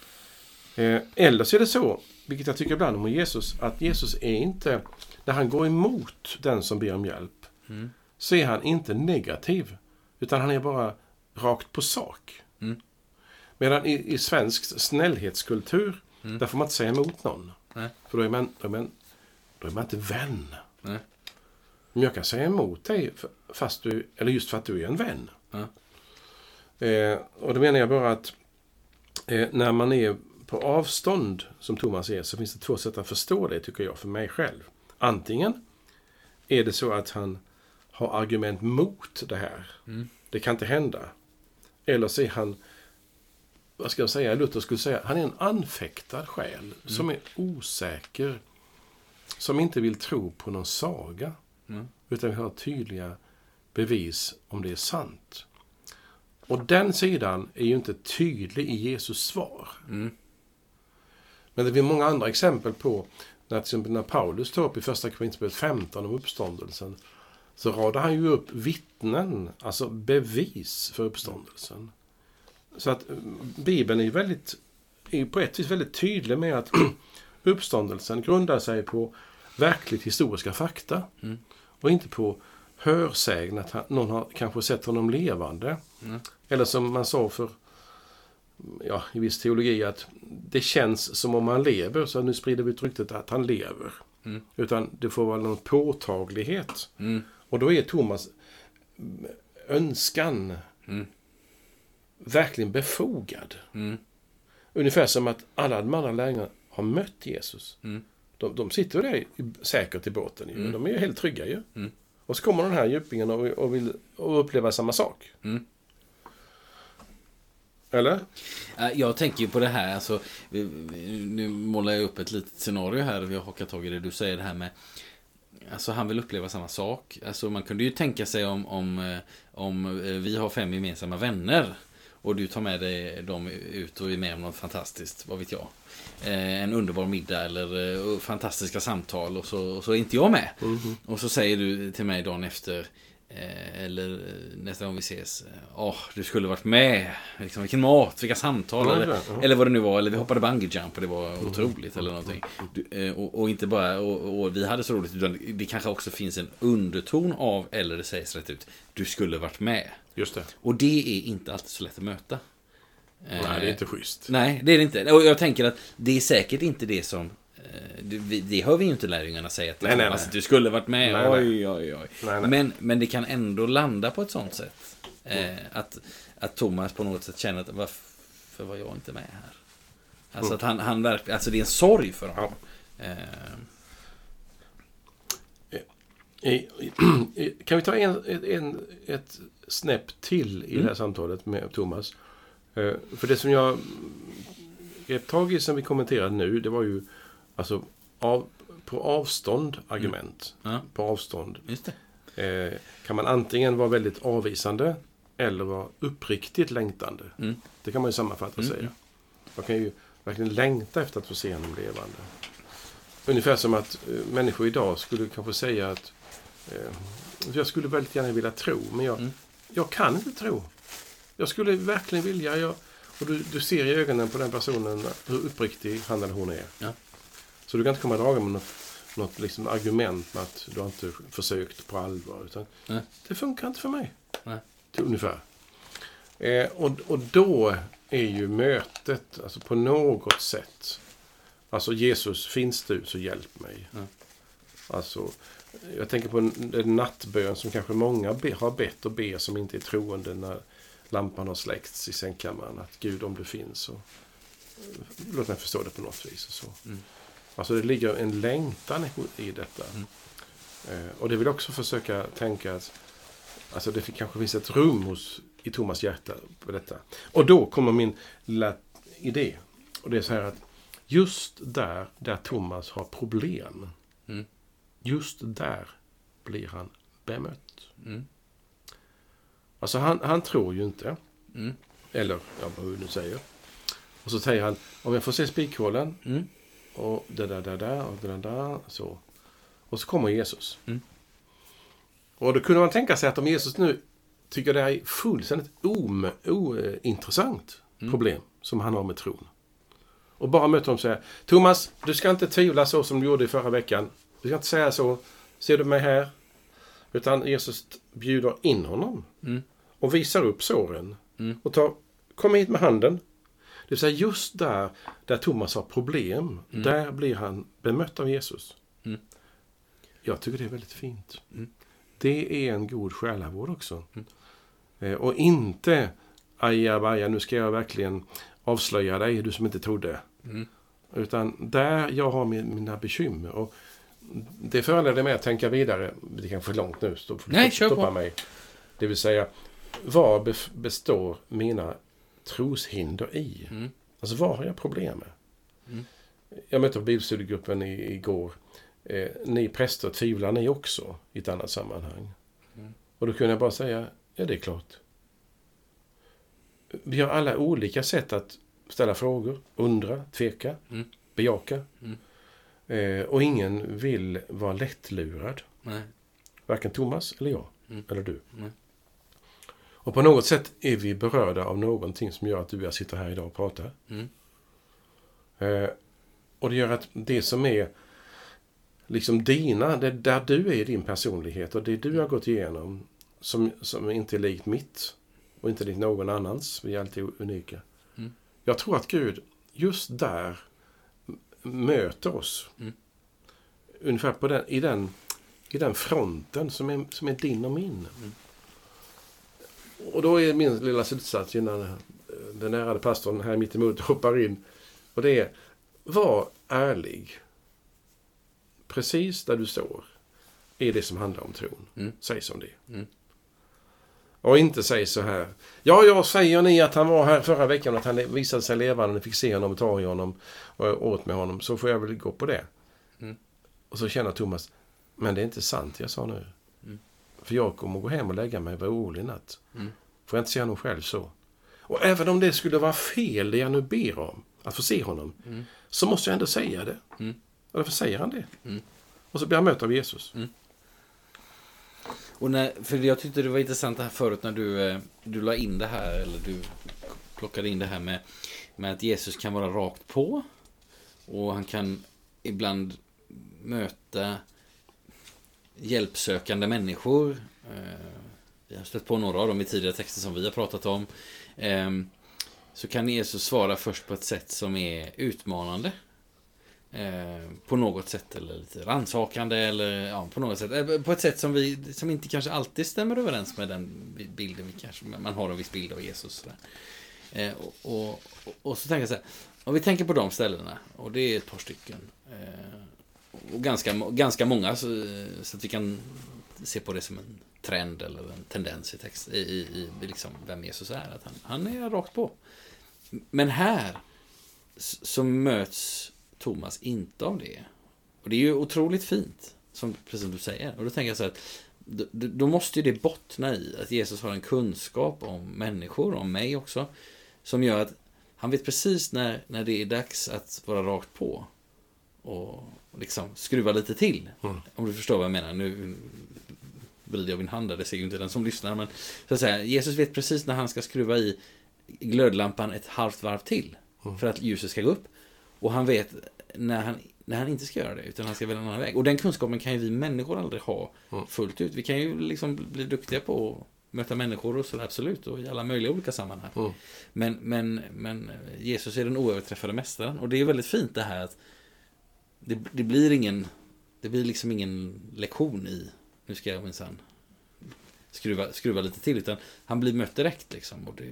Speaker 1: Eh, eller så är det så, vilket jag tycker ibland om Jesus, att Jesus är inte, när han går emot den som ber om hjälp, mm. så är han inte negativ. Utan han är bara rakt på sak. Mm. Medan i, i svensk snällhetskultur, mm. där får man inte säga emot någon. Nej. För då är man, då är man, då är man inte vän. Nej. Men jag kan säga emot dig, fast du, eller just för att du är en vän. Mm. Eh, och då menar jag bara att eh, när man är på avstånd, som Thomas är, så finns det två sätt att förstå det, tycker jag, för mig själv. Antingen är det så att han har argument mot det här. Mm. Det kan inte hända. Eller så är han, vad ska jag säga, Luther skulle säga, han är en anfäktad själ mm. som är osäker, som inte vill tro på någon saga, mm. utan vill ha tydliga bevis om det är sant. Och den sidan är ju inte tydlig i Jesus svar. Mm. Men det finns många andra exempel på, när, till exempel när Paulus tar upp i första Korinthierbrevet femton om uppståndelsen, så radar han ju upp vittnen, alltså bevis för uppståndelsen. Så att Bibeln är väldigt, är på ett vis väldigt tydlig med att uppståndelsen grundar sig på verkligt historiska fakta. Mm. Och inte på hörsägn att han, någon har kanske sett honom levande. Mm. Eller som man sa för
Speaker 3: ja, i viss teologi att det känns som om han lever, så nu sprider vi ut ryktet att han lever.
Speaker 2: Mm.
Speaker 3: Utan det får vara någon påtaglighet.
Speaker 2: Mm.
Speaker 3: Och då är Thomas önskan
Speaker 2: Mm.
Speaker 3: verkligen befogad.
Speaker 2: Mm.
Speaker 3: Ungefär som att alla de andra lärjungarna har mött Jesus.
Speaker 2: Mm.
Speaker 3: De, de sitter där säkert i båten. Ju.
Speaker 2: Mm.
Speaker 3: De är ju helt trygga ju.
Speaker 2: Mm.
Speaker 3: Och så kommer den här djupingen och, och vill och uppleva samma sak.
Speaker 2: Mm.
Speaker 3: Eller?
Speaker 2: Jag tänker ju på det här, alltså, nu målar jag upp ett litet scenario här, vi har hakat tag i det du säger, det här med, alltså han vill uppleva samma sak. Alltså man kunde ju tänka sig om, om, om vi har fem gemensamma vänner och du tar med dig dem ut och är med om något fantastiskt, vad vet jag. En underbar middag eller fantastiska samtal och så, och så är inte jag med. Mm-hmm. Och så säger du till mig dagen efter, eller nästa gång vi ses, åh, oh, du skulle varit med, liksom, vilken mat, vilka samtal, mm, eller, mm. eller vad det nu var, eller vi hoppade bungee jump och det var mm. otroligt eller någonting. Du, och, och inte bara, och, och vi hade så roligt, utan det kanske också finns en underton av, eller det sägs rätt ut, du skulle varit med.
Speaker 3: Just det.
Speaker 2: Och det är inte alltid så lätt att möta.
Speaker 3: Nej, det är inte schysst.
Speaker 2: Nej, det är det inte. Och jag tänker att det är säkert inte det som Det, det hör vi ju inte lärjungarna säga att
Speaker 3: nej, nej,
Speaker 2: alltså, du skulle varit med.
Speaker 3: Nej,
Speaker 2: oj,
Speaker 3: nej.
Speaker 2: oj, oj.
Speaker 3: Nej, nej.
Speaker 2: Men, men det kan ändå landa på ett sånt sätt. Eh, att, att Thomas på något sätt känner att varför var jag inte med här? Alltså
Speaker 3: mm.
Speaker 2: att han, han verkligen, alltså det är en sorg för honom. Ja.
Speaker 3: Eh. Kan vi ta en, en, ett snäpp till i mm. det här samtalet med Thomas? Eh, för det som jag grep tag i som vi kommenterade nu, det var ju alltså av, på avstånd argument.
Speaker 2: Mm. Ja.
Speaker 3: På avstånd.
Speaker 2: Just det.
Speaker 3: Eh, kan man antingen vara väldigt avvisande eller vara uppriktigt längtande. Mm. Det kan man ju sammanfatta och
Speaker 2: mm.
Speaker 3: säga. Man kan ju verkligen längta efter att få se honom levande. Ungefär som att eh, människor idag skulle kanske säga att eh, jag skulle väldigt gärna vilja tro, men jag, mm. jag kan inte tro. Jag skulle verkligen vilja, jag, och du, du ser i ögonen på den personen hur uppriktig han eller hon är.
Speaker 2: Ja.
Speaker 3: Så du kan inte komma draga med något, något liksom argument med att du har inte försökt på allvar. Utan
Speaker 2: Nej.
Speaker 3: Det funkar inte för mig.
Speaker 2: Nej.
Speaker 3: Till ungefär. Eh, och, och då är ju mötet, alltså på något sätt, alltså Jesus, finns du så hjälp mig.
Speaker 2: Ja.
Speaker 3: Alltså, jag tänker på en, en nattbön som kanske många be, har bett och ber som inte är troende när lampan har släckts i sängkammaren. Att Gud, om du finns, så låt mig förstå det på något vis. Och så. Mm. Alltså det ligger en längtan i detta. Mm. Eh, och det vill också försöka tänka att alltså det kanske finns ett rum hos, i Thomas hjärta på detta. Och då kommer min lilla idé. Och det är så här att just där, där Thomas har problem, mm. just där blir han bemött. Mm. Alltså han, han tror ju inte. Mm. Eller, ja, vad du nu säger. Och så säger han, om jag får se spikhålen, mm. och det där, där, där, och det där, där, så. Och så kommer Jesus. Mm. Och då kunde man tänka sig att om Jesus nu tycker det är fullständigt ointressant mm. problem som han har med tron. Och bara möter dem och säger, Thomas, du ska inte tvivla så som du gjorde i förra veckan. Du ska inte säga så, ser du mig här? Utan Jesus bjuder in honom. Mm. Och visar upp såren. Mm. Och tar, kom hit med handen. Det vill säga just där, där Thomas har problem, mm. där blir han bemött av Jesus. Mm. Jag tycker det är väldigt fint. Mm. Det är en god själavård också. Mm. Eh, och inte, ajabaja, nu ska jag verkligen avslöja dig, du som inte trodde. Mm. Utan där jag har mina bekymmer. Och det föranleder mig att tänka vidare. Det är kanske för långt nu, så
Speaker 2: Nej,
Speaker 3: stoppa mig. Det vill säga, vad består mina troshinder i? Mm. Alltså vad har jag problem med? Mm. Jag mötte på bibelstudiegruppen i, igår. Eh, ni präster, tvivlar ni också i ett annat sammanhang? Mm. Och då kunde jag bara säga, ja det är klart. Vi har alla olika sätt att ställa frågor, undra, tveka, mm. bejaka. Mm. Eh, och ingen vill vara lättlurad. Nej. Varken Thomas eller jag, mm. eller du. Nej. Och på något sätt är vi berörda av någonting som gör att du och jag sitter här idag och pratar. Mm. Eh, och det gör att det som är liksom dina, det där du är i din personlighet och det du har gått igenom som, som inte är likt mitt och inte likt någon annans, vi är alltid unika. Mm. jag tror att Gud just där möter oss. Mm. Ungefär på den, i, den, i den fronten som är, som är din och min. Mm. Och då är min lilla slutsats innan den ärade pastorn här mitt emot hoppar in. Och det är, var ärlig. Precis där du står är det som handlar om tron. Mm. Säg som det. Mm. Och inte säg så här. Ja, jag säger ni att han var här förra veckan, att han visade sig levande, och fick se honom och ta i honom och åt med honom, så får jag väl gå på det. Mm. Och så känner Thomas, men det är inte sant jag sa nu. Mm. För jag kommer gå hem och lägga mig var orolig natt. Mm. Får jag inte se honom själv så. Och även om det skulle vara fel det jag nu ber om, att få se honom, mm. så måste jag ändå säga det. Mm. Och därför säger han det. Mm. Och så blir han mött av Jesus. Mm.
Speaker 2: Och när, för jag tyckte det var intressant här förut när du, du la in det här, eller du plockade in det här med, med att Jesus kan vara rakt på. Och han kan ibland möta hjälpsökande människor. Vi har stött på några av dem i tidigare texter som vi har pratat om. Så kan Jesus svara först på ett sätt som är utmanande. På något sätt, eller lite rannsakande, eller ja, på något sätt. På ett sätt som, vi, som inte kanske alltid stämmer överens med den bilden vi kanske, man har en viss bild av Jesus. Och, och, och, och så tänker jag så här, om vi tänker på de ställena, och det är ett par stycken. Och ganska, ganska många, så, så att vi kan se på det som en trend eller en tendens i text, i, i, i liksom vem Jesus är, att han, han är rakt på. Men här så möts Thomas inte av det. Och det är ju otroligt fint, som precis som du säger. Och då tänker jag så här, att då, då måste ju det bottna i att Jesus har en kunskap om människor, om mig också, som gör att han vet precis när, när det är dags att vara rakt på och liksom skruva lite till. Mm. Om du förstår vad jag menar. Nu vrider jag min hand där, det ser ju inte den som lyssnar, men så att säga, Jesus vet precis när han ska skruva i glödlampan ett halvt varv till mm. för att ljuset ska gå upp. Och han vet när han, när han inte ska göra det, utan han ska välja en annan väg. Och den kunskapen kan ju vi människor aldrig ha mm. fullt ut. Vi kan ju liksom bli duktiga på att möta människor och så, absolut, och i alla möjliga olika sammanhang. Mm. Men, men, men Jesus är den oöverträffade mästaren. Och det är väldigt fint det här att det, det blir ingen, det blir liksom ingen lektion i, nu ska jag minsann skruva, skruva lite till, utan han blir mött direkt liksom. Och det,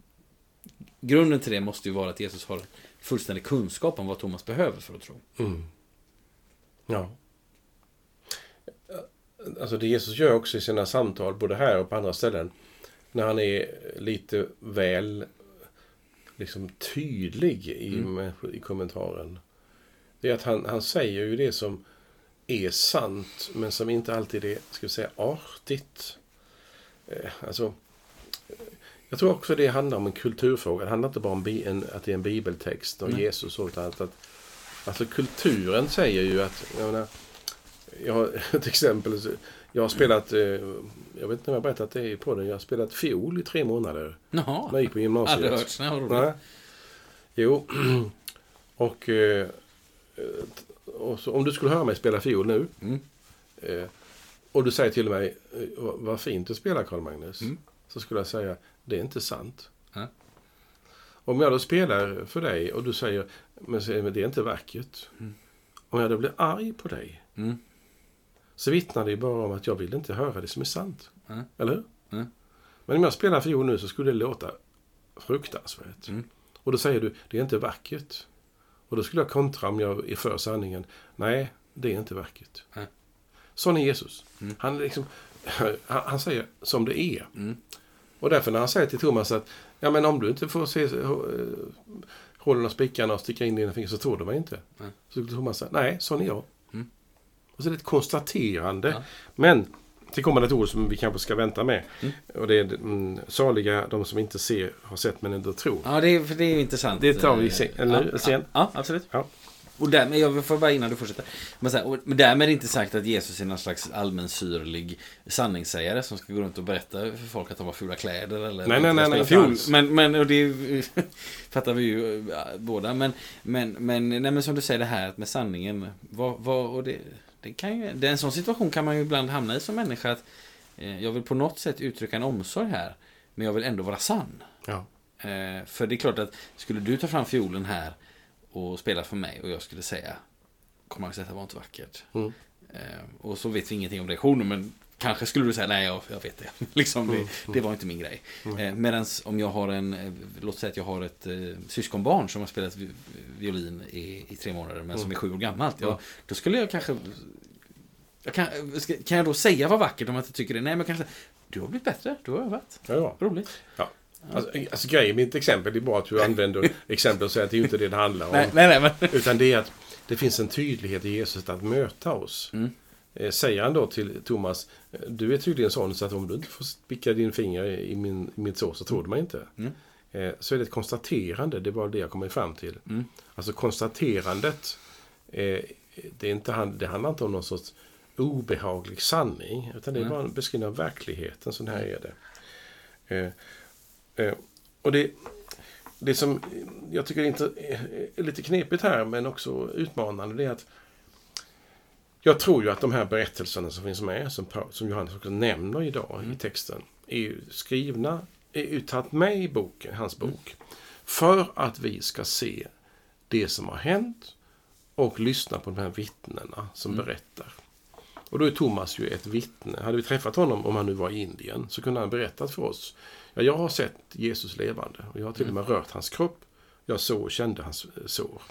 Speaker 2: grunden till det måste ju vara att Jesus har fullständig kunskap om vad Thomas behöver för att tro. Mm.
Speaker 3: Ja. Alltså det Jesus gör också i sina samtal, både här och på andra ställen, när han är lite väl liksom tydlig i, mm. i kommentaren, det är att han, han säger ju det som är sant, men som inte alltid är, ska vi säga, artigt. Eh, alltså jag tror också det handlar om en kulturfråga. Det handlar inte bara om bi- en, att det är en bibeltext och mm. Jesus, utan att, att alltså kulturen säger ju att, jag menar, jag har ett exempel, jag har spelat, eh, jag vet inte om jag har berättat det på den, jag har spelat fiol i tre månader.
Speaker 2: Jaha.
Speaker 3: När jag gick på gymnasiet.
Speaker 2: Aldrig hört, så har
Speaker 3: Jo, och, eh, och så, om du skulle höra mig spela fiol nu, mm. eh, och du säger till mig, vad fint du spelar, Carl Magnus, mm. så skulle jag säga, det är inte sant. Mm. Om jag då spelar för dig och du säger, men det är inte vackert. Mm. Om jag då blir arg på dig, mm. så vittnar det bara om att jag vill inte höra det som är sant. Mm. Eller hur? Mm. Men om jag spelar fiol nu så skulle det låta fruktansvärt. Mm. Och då säger du, det är inte vackert. Och då skulle jag kontra om jag är för sanningen. Nej, det är inte vackert. Mm. Sån är Jesus. Mm. Han, liksom, han, han säger som det är. Mm. Och därför när han säger till Thomas att ja, men om du inte får se hålen och spickarna och sticka in dina fingrar så tror du mig inte. Mm. Så skulle Thomas säga, nej, sån är jag. Mm. Och så är det ett konstaterande. Ja. Men det kommer ett ord som vi kanske ska vänta med. Mm. Och det är mm, saliga, de som inte ser, har sett men ändå tror.
Speaker 2: Ja, det är, för det är intressant.
Speaker 3: Det tar vi sen. Eller,
Speaker 2: ja,
Speaker 3: sen.
Speaker 2: Ja, ja, absolut.
Speaker 3: Ja.
Speaker 2: Och därmed, jag får bara innan du fortsätter. Men, så här, och, men därmed är det inte sagt att Jesus är någon slags allmänsyrlig sanningssägare som ska gå runt och berätta för folk att de har fula kläder. Eller
Speaker 3: nej, nej, nej, nej, nej
Speaker 2: men, men och det fattar vi ju ja, båda. Men, men, men, nej, men som du säger det här med sanningen. Vad, vad, och det, det kan ju, det, en sån situation kan man ju ibland hamna i som människa. Att eh, jag vill på något sätt uttrycka en omsorg här. Men jag vill ändå vara sann.
Speaker 3: Ja.
Speaker 2: Eh, för det är klart att skulle du ta fram fiolen här och spela för mig och jag skulle säga, kommer jag att detta var inte vackert. Mm. Eh, och så vet vi ingenting om reaktionen, men kanske skulle du säga, nej jag, jag vet det. liksom, det, mm. det var inte min grej. Mm. Eh, Medan om jag har en, låt säga att jag har ett eh, syskonbarn som har spelat vi, violin i, i tre månader, men mm. som är sju år gammalt. Ja, då skulle jag kanske, jag kan, kan jag då säga vad vackert om jag inte tycker det? Nej, men kanske, du har blivit bättre, du har övat.
Speaker 3: Ja.
Speaker 2: Roligt.
Speaker 3: Ja. Alltså, alltså grejen med ett exempel, det är bara att du använder exempel och säger att det är inte det det handlar om.
Speaker 2: Nej, nej, nej, men...
Speaker 3: Utan det är att det finns en tydlighet i Jesus att möta oss. Mm. Eh, säger han då till Thomas, du är tydligen sån så att om du inte får spicka din finger i, min, i mitt sås så tror du mig inte. Mm. Eh, så är det ett konstaterande, det var det jag kommer fram till. Mm. Alltså konstaterandet, eh, det, är inte, det handlar inte om någon sorts obehaglig sanning, utan det är mm. bara en beskrivning av verkligheten, så här är det. Eh, eh, och det det som jag tycker är, inte, är lite knepigt här, men också utmanande, det är att jag tror ju att de här berättelserna som finns med, som, som Johannes också nämner idag mm. i texten, är ju skrivna, är uttatt med i boken, hans bok, mm. för att vi ska se det som har hänt och lyssna på de här vittnena som mm. berättar. Och då är Thomas ju ett vittne. Hade vi träffat honom, om han nu var i Indien, så kunde han berättat för oss. Ja, jag har sett Jesus levande och jag har till och med rört hans kropp. Jag såg och kände hans sår.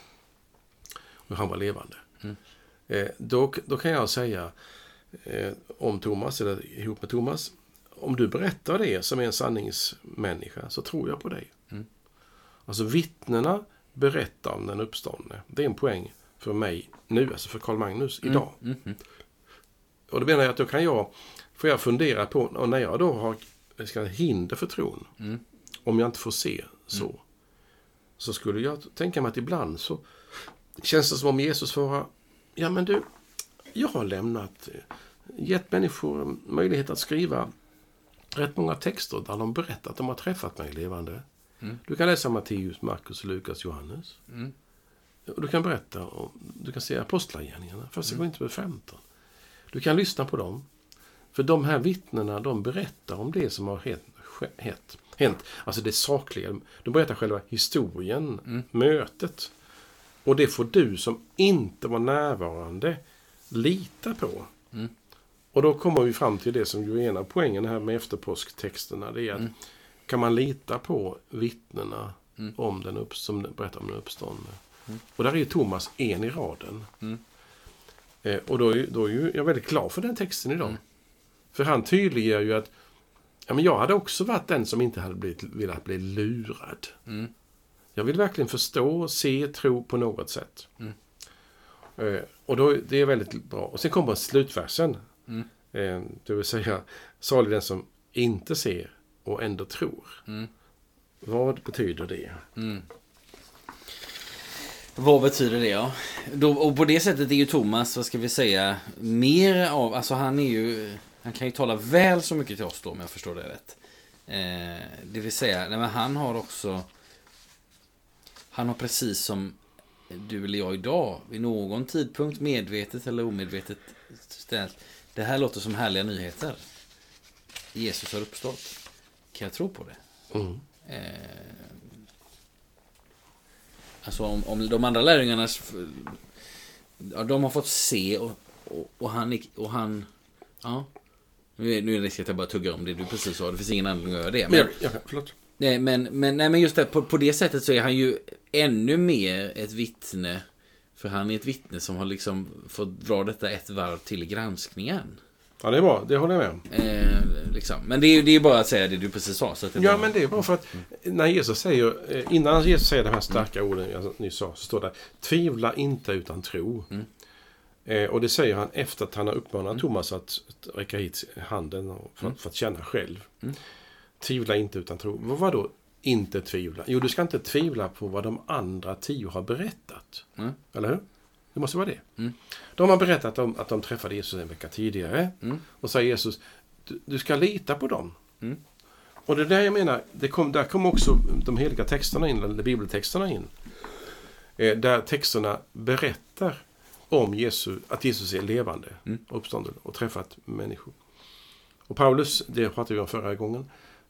Speaker 3: Och han var levande. Mm. Eh, då, då kan jag säga eh, om Thomas, eller ihop med Thomas, om du berättar det som är en sanningsmänniska, så tror jag på dig. Mm. Alltså vittnena berättar om den uppståndne. Det är en poäng för mig nu, alltså för Carl Magnus mm. idag. Mm. Mm. Och då menar jag att då kan jag, får jag fundera på, och när jag då har ska hinder för tron, mm. om jag inte får se så, mm. så skulle jag tänka mig att ibland så känns det som om Jesus får, ja men du, jag har lämnat, gett människor möjlighet att skriva rätt många texter där de berättar att de har träffat mig levande. Mm. Du kan läsa Matteus, Markus, Lukas, Johannes. Mm. Och du kan berätta, om, du kan se apostlagärningarna, första mm. Korinthierbrevet femton. Du kan lyssna på dem. För de här vittnena, de berättar om det som har hänt. hänt, hänt. Alltså det sakliga. De berättar själva historien, mm. mötet. Och det får du som inte var närvarande lita på. Mm. Och då kommer vi fram till det som ju är en av poängen här med efterpåsktexterna. Det är att mm. kan man lita på vittnena mm. om den upp, som berättar om den uppståndne. Mm. Och där är ju Thomas en i raden. Mm. Eh, och då är, då är ju jag väldigt glad för den texten idag. Mm. För han tydliggör ju att ja, men jag hade också varit den som inte hade blivit, velat bli lurad. Mm. Jag vill verkligen förstå, se, tro på något sätt. Mm. Eh, och då, det är väldigt bra. Och sen kommer slutversen. Mm. Eh, det vill säga, salig den som inte ser och ändå tror. Mm. Vad betyder det?
Speaker 2: Mm. Vad betyder det, ja? Då, och på det sättet är ju Thomas, vad ska vi säga, mer av, alltså han är ju, han kan ju tala väl så mycket till oss då, om jag förstår det rätt. Eh, det vill säga, nej, men han har också, han har precis som du eller jag idag, vid någon tidpunkt, medvetet eller omedvetet ställt, det här låter som härliga nyheter. Jesus har uppstått. Kan jag tro på det? Mm. Eh, Alltså om, om de andra lärjungarna, ja, de har fått se och, och, och han, och han ja, nu är, nu är det risk att jag bara tuggar om det du precis sa, det finns ingen anledning att göra det. Men,
Speaker 3: ja, förlåt.
Speaker 2: Nej, men, men, nej, men just det, på, på det sättet så är han ju ännu mer ett vittne, för han är ett vittne som har liksom fått dra detta ett varv till granskningen.
Speaker 3: Ja, det är bra, det håller jag med om.
Speaker 2: Eh, liksom. Men det är ju det är bara att säga det du precis sa. Så att det
Speaker 3: ja,
Speaker 2: bara...
Speaker 3: men det är bara för att när Jesus säger, innan Jesus säger de här starka mm. orden jag nyss sa, så står det, tvivla inte utan tro. Mm. Eh, och det säger han efter att han har uppmanat mm. Thomas att, att räcka hit handen och för, mm. för att känna själv. Mm. Tvivla inte utan tro. Vad var då inte tvivla? Jo, du ska inte tvivla på vad de andra tio har berättat. Mm. Eller hur? Det måste vara det. Mm. De har berättat om att de träffade Jesus en vecka tidigare. Mm. Och säger Jesus, du, du ska lita på dem. Mm. Och det där jag menar, det kom, där kom också de heliga texterna in, eller bibeltexterna in. Eh, där texterna berättar om Jesus, att Jesus är levande, mm. uppstånden och träffat människor. Och Paulus, det pratade vi om förra gången,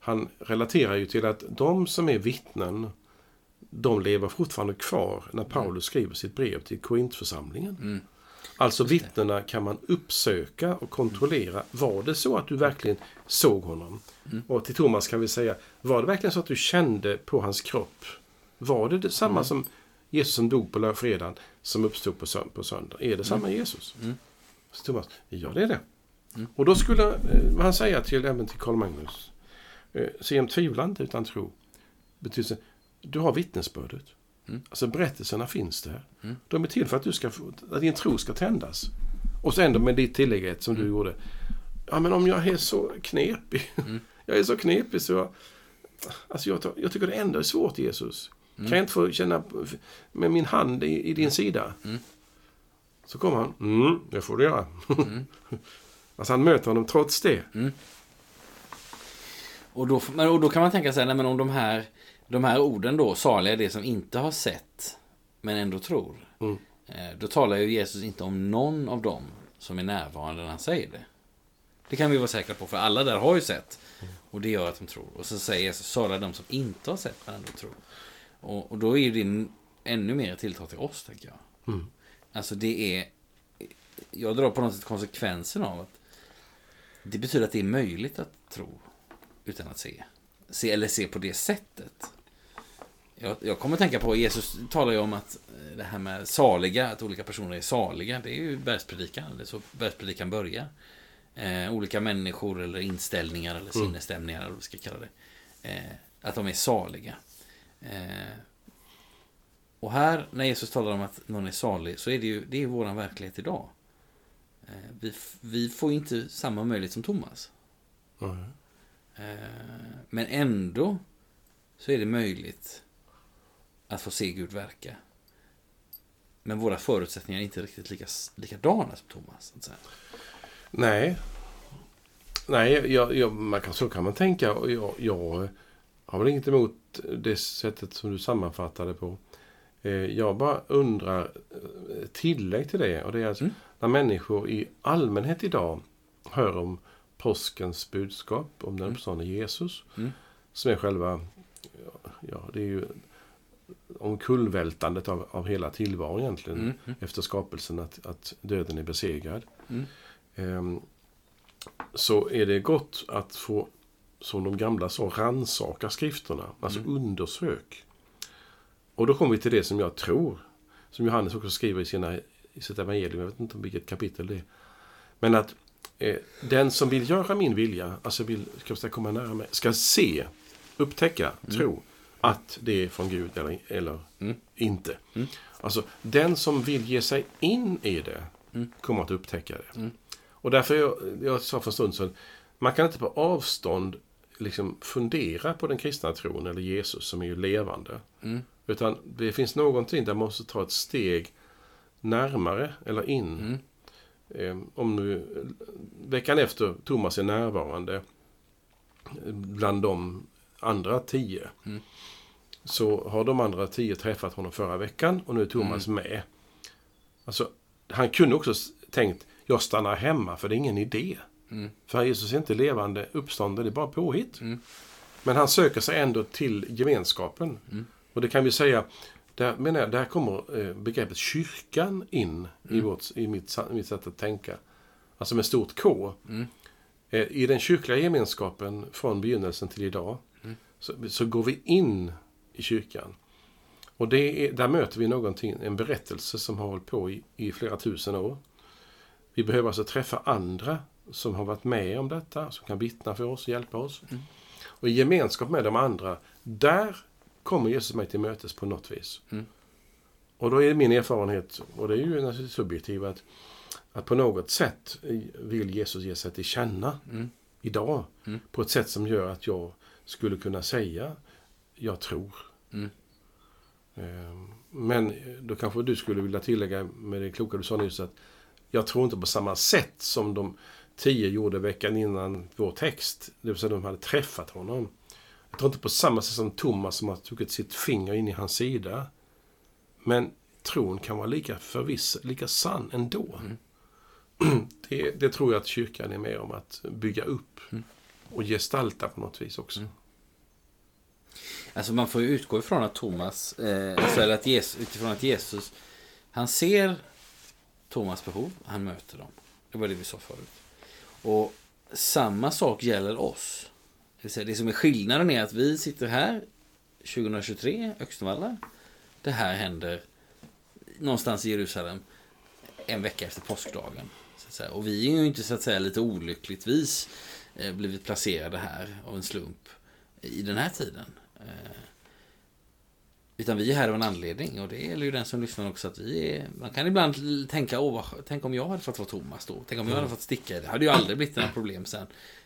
Speaker 3: han relaterar ju till att de som är vittnen, de lever fortfarande kvar när Paulus skriver sitt brev till Korintförsamlingen. Mm. Alltså vittnena kan man uppsöka och kontrollera. Var det så att du verkligen såg honom? Mm. Och till Thomas kan vi säga, var det verkligen så att du kände på hans kropp? Var det detsamma mm. som Jesus som dog på fredagen som uppstod på, sö- på söndag? Är det samma mm. Jesus? Mm. Så Thomas, ja det är det. Mm. Och då skulle eh, han säga till, även till Karl Magnus, eh, se om tvivlande utan tro. Betyder, du har vittnesbördet. Mm. Alltså berättelserna finns där. Mm. De är till för att, du ska, att din tro ska tändas. Och så ändå med ditt tillägget som mm. du gjorde. Ja, men om jag är så knepig. Mm. jag är så knepig så jag, alltså jag, jag tycker det ändå är svårt, Jesus. Mm. Kan jag inte få känna med min hand i, i din mm. sida? Mm. Så kommer han. Mm, det får du göra. Mm. Alltså han möter honom trots det. Mm.
Speaker 2: Och, då, och då kan man tänka sig, nej, men om de här De här orden då, saliga är det som inte har sett men ändå tror. Mm. Då talar ju Jesus inte om någon av dem som är närvarande när han säger det. Det kan vi vara säkra på, för alla där har ju sett. Mm. Och det gör att de tror. Och så säger Jesus, saliga de som inte har sett men ändå tror. Och, och då är det ännu mer tilltal till oss, tänker jag. Mm. Alltså det är, jag drar på något sätt konsekvensen av att det betyder att det är möjligt att tro utan att se. Se eller se på det sättet. Jag, jag kommer att tänka på, Jesus talar ju om att det här med saliga, att olika personer är saliga, det är ju bergspredikan, det är så bergspredikan börjar. Eh, olika människor eller inställningar eller mm. sinnesstämningar, eller vad vi ska kalla det. Eh, att de är saliga. Eh, och här, när Jesus talar om att någon är salig, så är det ju, det är ju våran verklighet idag. Eh, vi, vi får inte samma möjlighet som Thomas. Mm. Men ändå så är det möjligt att få se Gud verka. Men våra förutsättningar är inte riktigt lika, likadana som Thomas. Så att säga.
Speaker 3: Nej. Nej, jag, jag, man kan, så kan man tänka. Jag, jag har väl inget emot det sättet som du sammanfattade på. Jag bara undrar, tillägg till det. Och det är att mm. när människor i allmänhet idag hör om påskens budskap om den uppståndne Jesus mm. som är själva ja, det är ju omkullvältandet av, av hela tillvaron egentligen mm. Mm. efter skapelsen att, att döden är besegrad mm. ehm, så är det gott att få, som de gamla sa, rannsaka skrifterna, alltså mm. undersök. Och då kommer vi till det som jag tror, som Johannes också skriver i, sina, i sitt evangelium, jag vet inte om vilket kapitel det är, men att den som vill göra min vilja, alltså vill ska komma nära mig, ska se, upptäcka, mm. tro att det är från Gud eller, eller mm. inte. Mm. Alltså den som vill ge sig in i det mm. kommer att upptäcka det. Mm. Och därför jag, jag sa för en stund sedan, man kan inte på avstånd liksom fundera på den kristna tron eller Jesus som är ju levande. Mm. Utan det finns någonting där man måste ta ett steg närmare eller in. Mm. Om nu veckan efter Thomas är närvarande bland de andra tio mm. så har de andra tio träffat honom förra veckan och nu är Thomas mm. med. Alltså, han kunde också tänkt, jag stannar hemma för det är ingen idé. Mm. För Jesus är inte levande uppstånden, det är bara påhitt. Mm. Men han söker sig ändå till gemenskapen. Mm. Och det kan vi säga, där, menar jag, där kommer eh, begreppet kyrkan in mm. i, vårt, i mitt, mitt sätt att tänka. Alltså med stort K. Mm. Eh, I den kyrkliga gemenskapen från begynnelsen till idag mm. så, så går vi in i kyrkan. Och det är, där möter vi någonting, en berättelse som har hållit på i, i flera tusen år. Vi behöver alltså träffa andra som har varit med om detta, som kan vittna för oss och hjälpa oss. Mm. Och i gemenskap med de andra, där kommer Jesus mig till mötes på något vis. Mm. Och då är det min erfarenhet, och det är ju naturligtvis subjektivt, att, att på något sätt vill Jesus ge sig till känna mm. idag. Mm. På ett sätt som gör att jag skulle kunna säga, jag tror. Mm. Men då kanske du skulle vilja tillägga med det kloka du sa nyss, att jag tror inte på samma sätt som de tio gjorde veckan innan vår text. Det vill säga de hade träffat honom. Jag tror inte på samma sätt som Thomas som har tagit sitt finger in i hans sida. Men tron kan vara lika förviss, lika sann ändå. Mm. Det, det tror jag att kyrkan är med om att bygga upp. Mm. och gestalta på något vis också.
Speaker 2: Mm. Alltså man får ju utgå ifrån att Thomas, eh, alltså eller att Jesus, utifrån att Jesus, han ser Thomas behov, han möter dem. Det var det vi sa förut. Och samma sak gäller oss. Det som är skillnaden är att vi sitter här tjugohundratjugotre, Öxnevalla. Det här händer någonstans i Jerusalem en vecka efter påskdagen. Så att säga. Och vi är ju inte så att säga lite olyckligtvis eh, blivit placerade här av en slump i den här tiden. Eh, utan vi är här av en anledning, och det gäller ju den som lyssnar också, att vi är, man kan ibland tänka, åh, vad, tänk om jag hade fått vara Thomas då, tänk om jag hade fått sticka, det hade ju aldrig blivit några problem sen.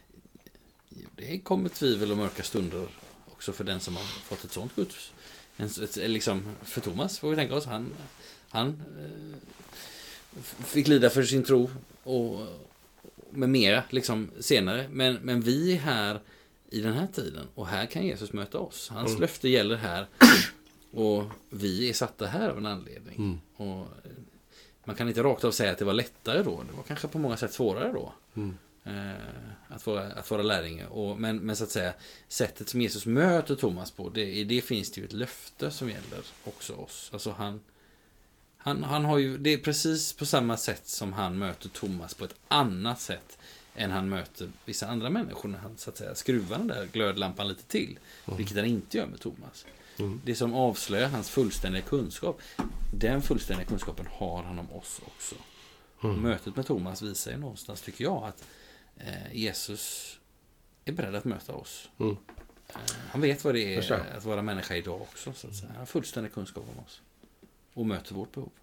Speaker 2: Det kommer tvivel och mörka stunder också för den som har fått ett sånt Guds, en, ett, liksom för Thomas får vi tänka oss, han, han eh, fick lida för sin tro och med mera liksom senare, men, men vi är här i den här tiden, och här kan Jesus möta oss. Hans mm. löfte gäller här, och vi är satta här av en anledning. Mm. Och man kan inte rakt av säga att det var lättare då. Det var kanske på många sätt svårare då. Mm. Eh, att, vara, att vara lärjunge. Och, men, men så att säga, sättet som Jesus möter Thomas på, det, i det finns det ju ett löfte som gäller också oss. Alltså han, han, han har ju, det är precis på samma sätt som han möter Thomas på ett annat sätt än han möter vissa andra människor när han så att säga skruvar den där glödlampan lite till. Mm. Vilket han inte gör med Thomas. Mm. Det som avslöjar hans fullständiga kunskap, den fullständiga kunskapen har han om oss också. Mm. Mötet med Thomas visar ju någonstans, tycker jag, att eh, Jesus är beredd att möta oss. Mm. Eh, han vet vad det är att vara människa idag också. Så att säga. Han har fullständig kunskap om oss. Och möter vårt behov.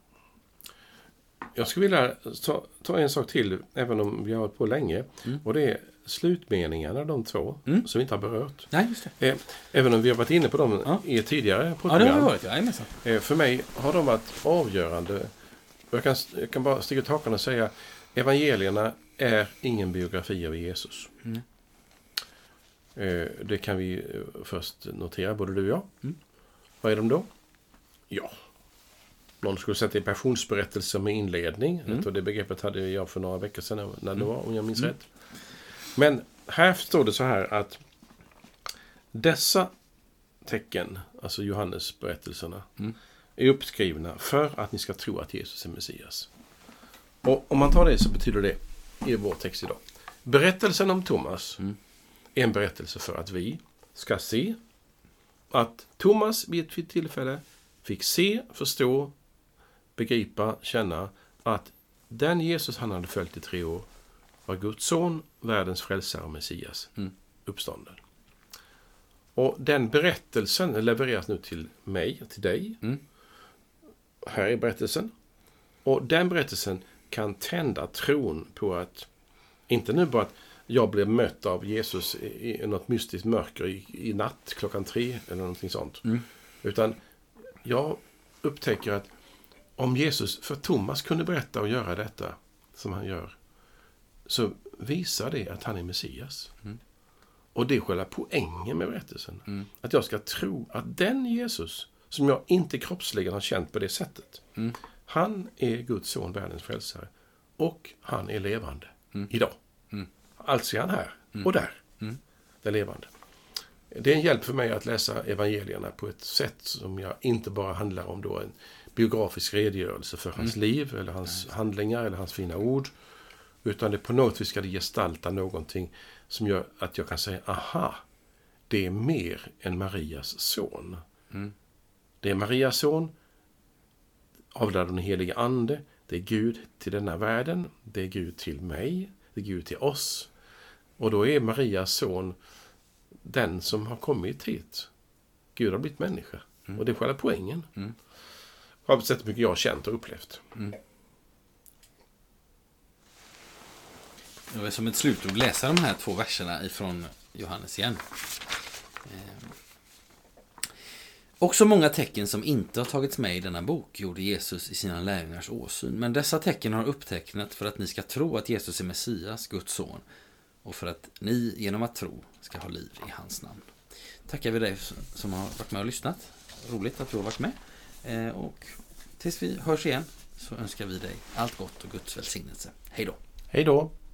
Speaker 3: Jag skulle vilja ta, ta en sak till, även om vi har hållit på länge. Mm. Och det är slutmeningarna, de två, mm. som vi inte har berört.
Speaker 2: Nej, just det.
Speaker 3: Även om vi har varit inne på dem ja. i ett tidigare program.
Speaker 2: Ja, det har varit, ja, nästan.
Speaker 3: För mig har de varit avgörande. Jag kan, jag kan bara sticka ut hakan och säga, evangelierna är ingen biografi av Jesus. Mm. Det kan vi först notera, både du och jag. Mm. Vad är de då? Ja. Någon skulle sätta i passionsberättelser med inledning. Mm. Det begreppet hade jag för några veckor sedan när det var, om jag minns mm. rätt. Men här står det så här att dessa tecken, alltså Johannes berättelserna, mm. är uppskrivna för att ni ska tro att Jesus är Messias. Och om man tar det så betyder det i vår text idag. Berättelsen om Thomas mm. är en berättelse för att vi ska se att Thomas vid ett tillfälle fick se, förstå, begripa, känna att den Jesus han hade följt i tre år var Guds son, världens frälsare och Messias, mm. uppstånden. Och den berättelsen levereras nu till mig och till dig. Mm. Här är berättelsen. Och den berättelsen kan tända tron på att, inte nu bara att jag blev mött av Jesus i, i något mystiskt mörker i, i natt klockan tre eller någonting sånt. Mm. Utan jag upptäcker att om Jesus för Thomas kunde berätta och göra detta som han gör, så visar det att han är Messias. Mm. Och det är själva poängen med berättelsen. Mm. Att jag ska tro att den Jesus som jag inte kroppsligen har känt på det sättet, mm. han är Guds son, världens frälsare. Och han är levande mm. idag. Mm. Alltså är han här mm. och där. Mm. Det är levande. Det är en hjälp för mig att läsa evangelierna på ett sätt som jag inte bara handlar om då en biografisk redogörelse för hans mm. liv eller hans mm. handlingar eller hans fina ord. Utan det på något vis ska det gestalta någonting som gör att jag kan säga, aha, det är mer än Marias son. Mm. Det är Marias son, avlad av den heliga ande. Det är Gud till denna världen. Det är Gud till mig. Det är Gud till oss. Och då är Marias son den som har kommit hit. Gud har blivit människa. Mm. Och det är själva poängen. Mm. På ett sätt mycket jag har känt och upplevt.
Speaker 2: Mm. Jag vill som ett slutord läsa de här två verserna ifrån Johannes igen. Eh. Också många tecken som inte har tagits med i denna bok gjorde Jesus i sina lärjungars åsyn. Men dessa tecken har upptecknat för att ni ska tro att Jesus är Messias, Guds son. Och för att ni genom att tro ska ha liv i hans namn. Tackar vi dig som har varit med och lyssnat. Roligt att du har varit med. Eh, och tills vi hörs igen så önskar vi dig allt gott och Guds välsignelse. Hej då.
Speaker 3: Hej då.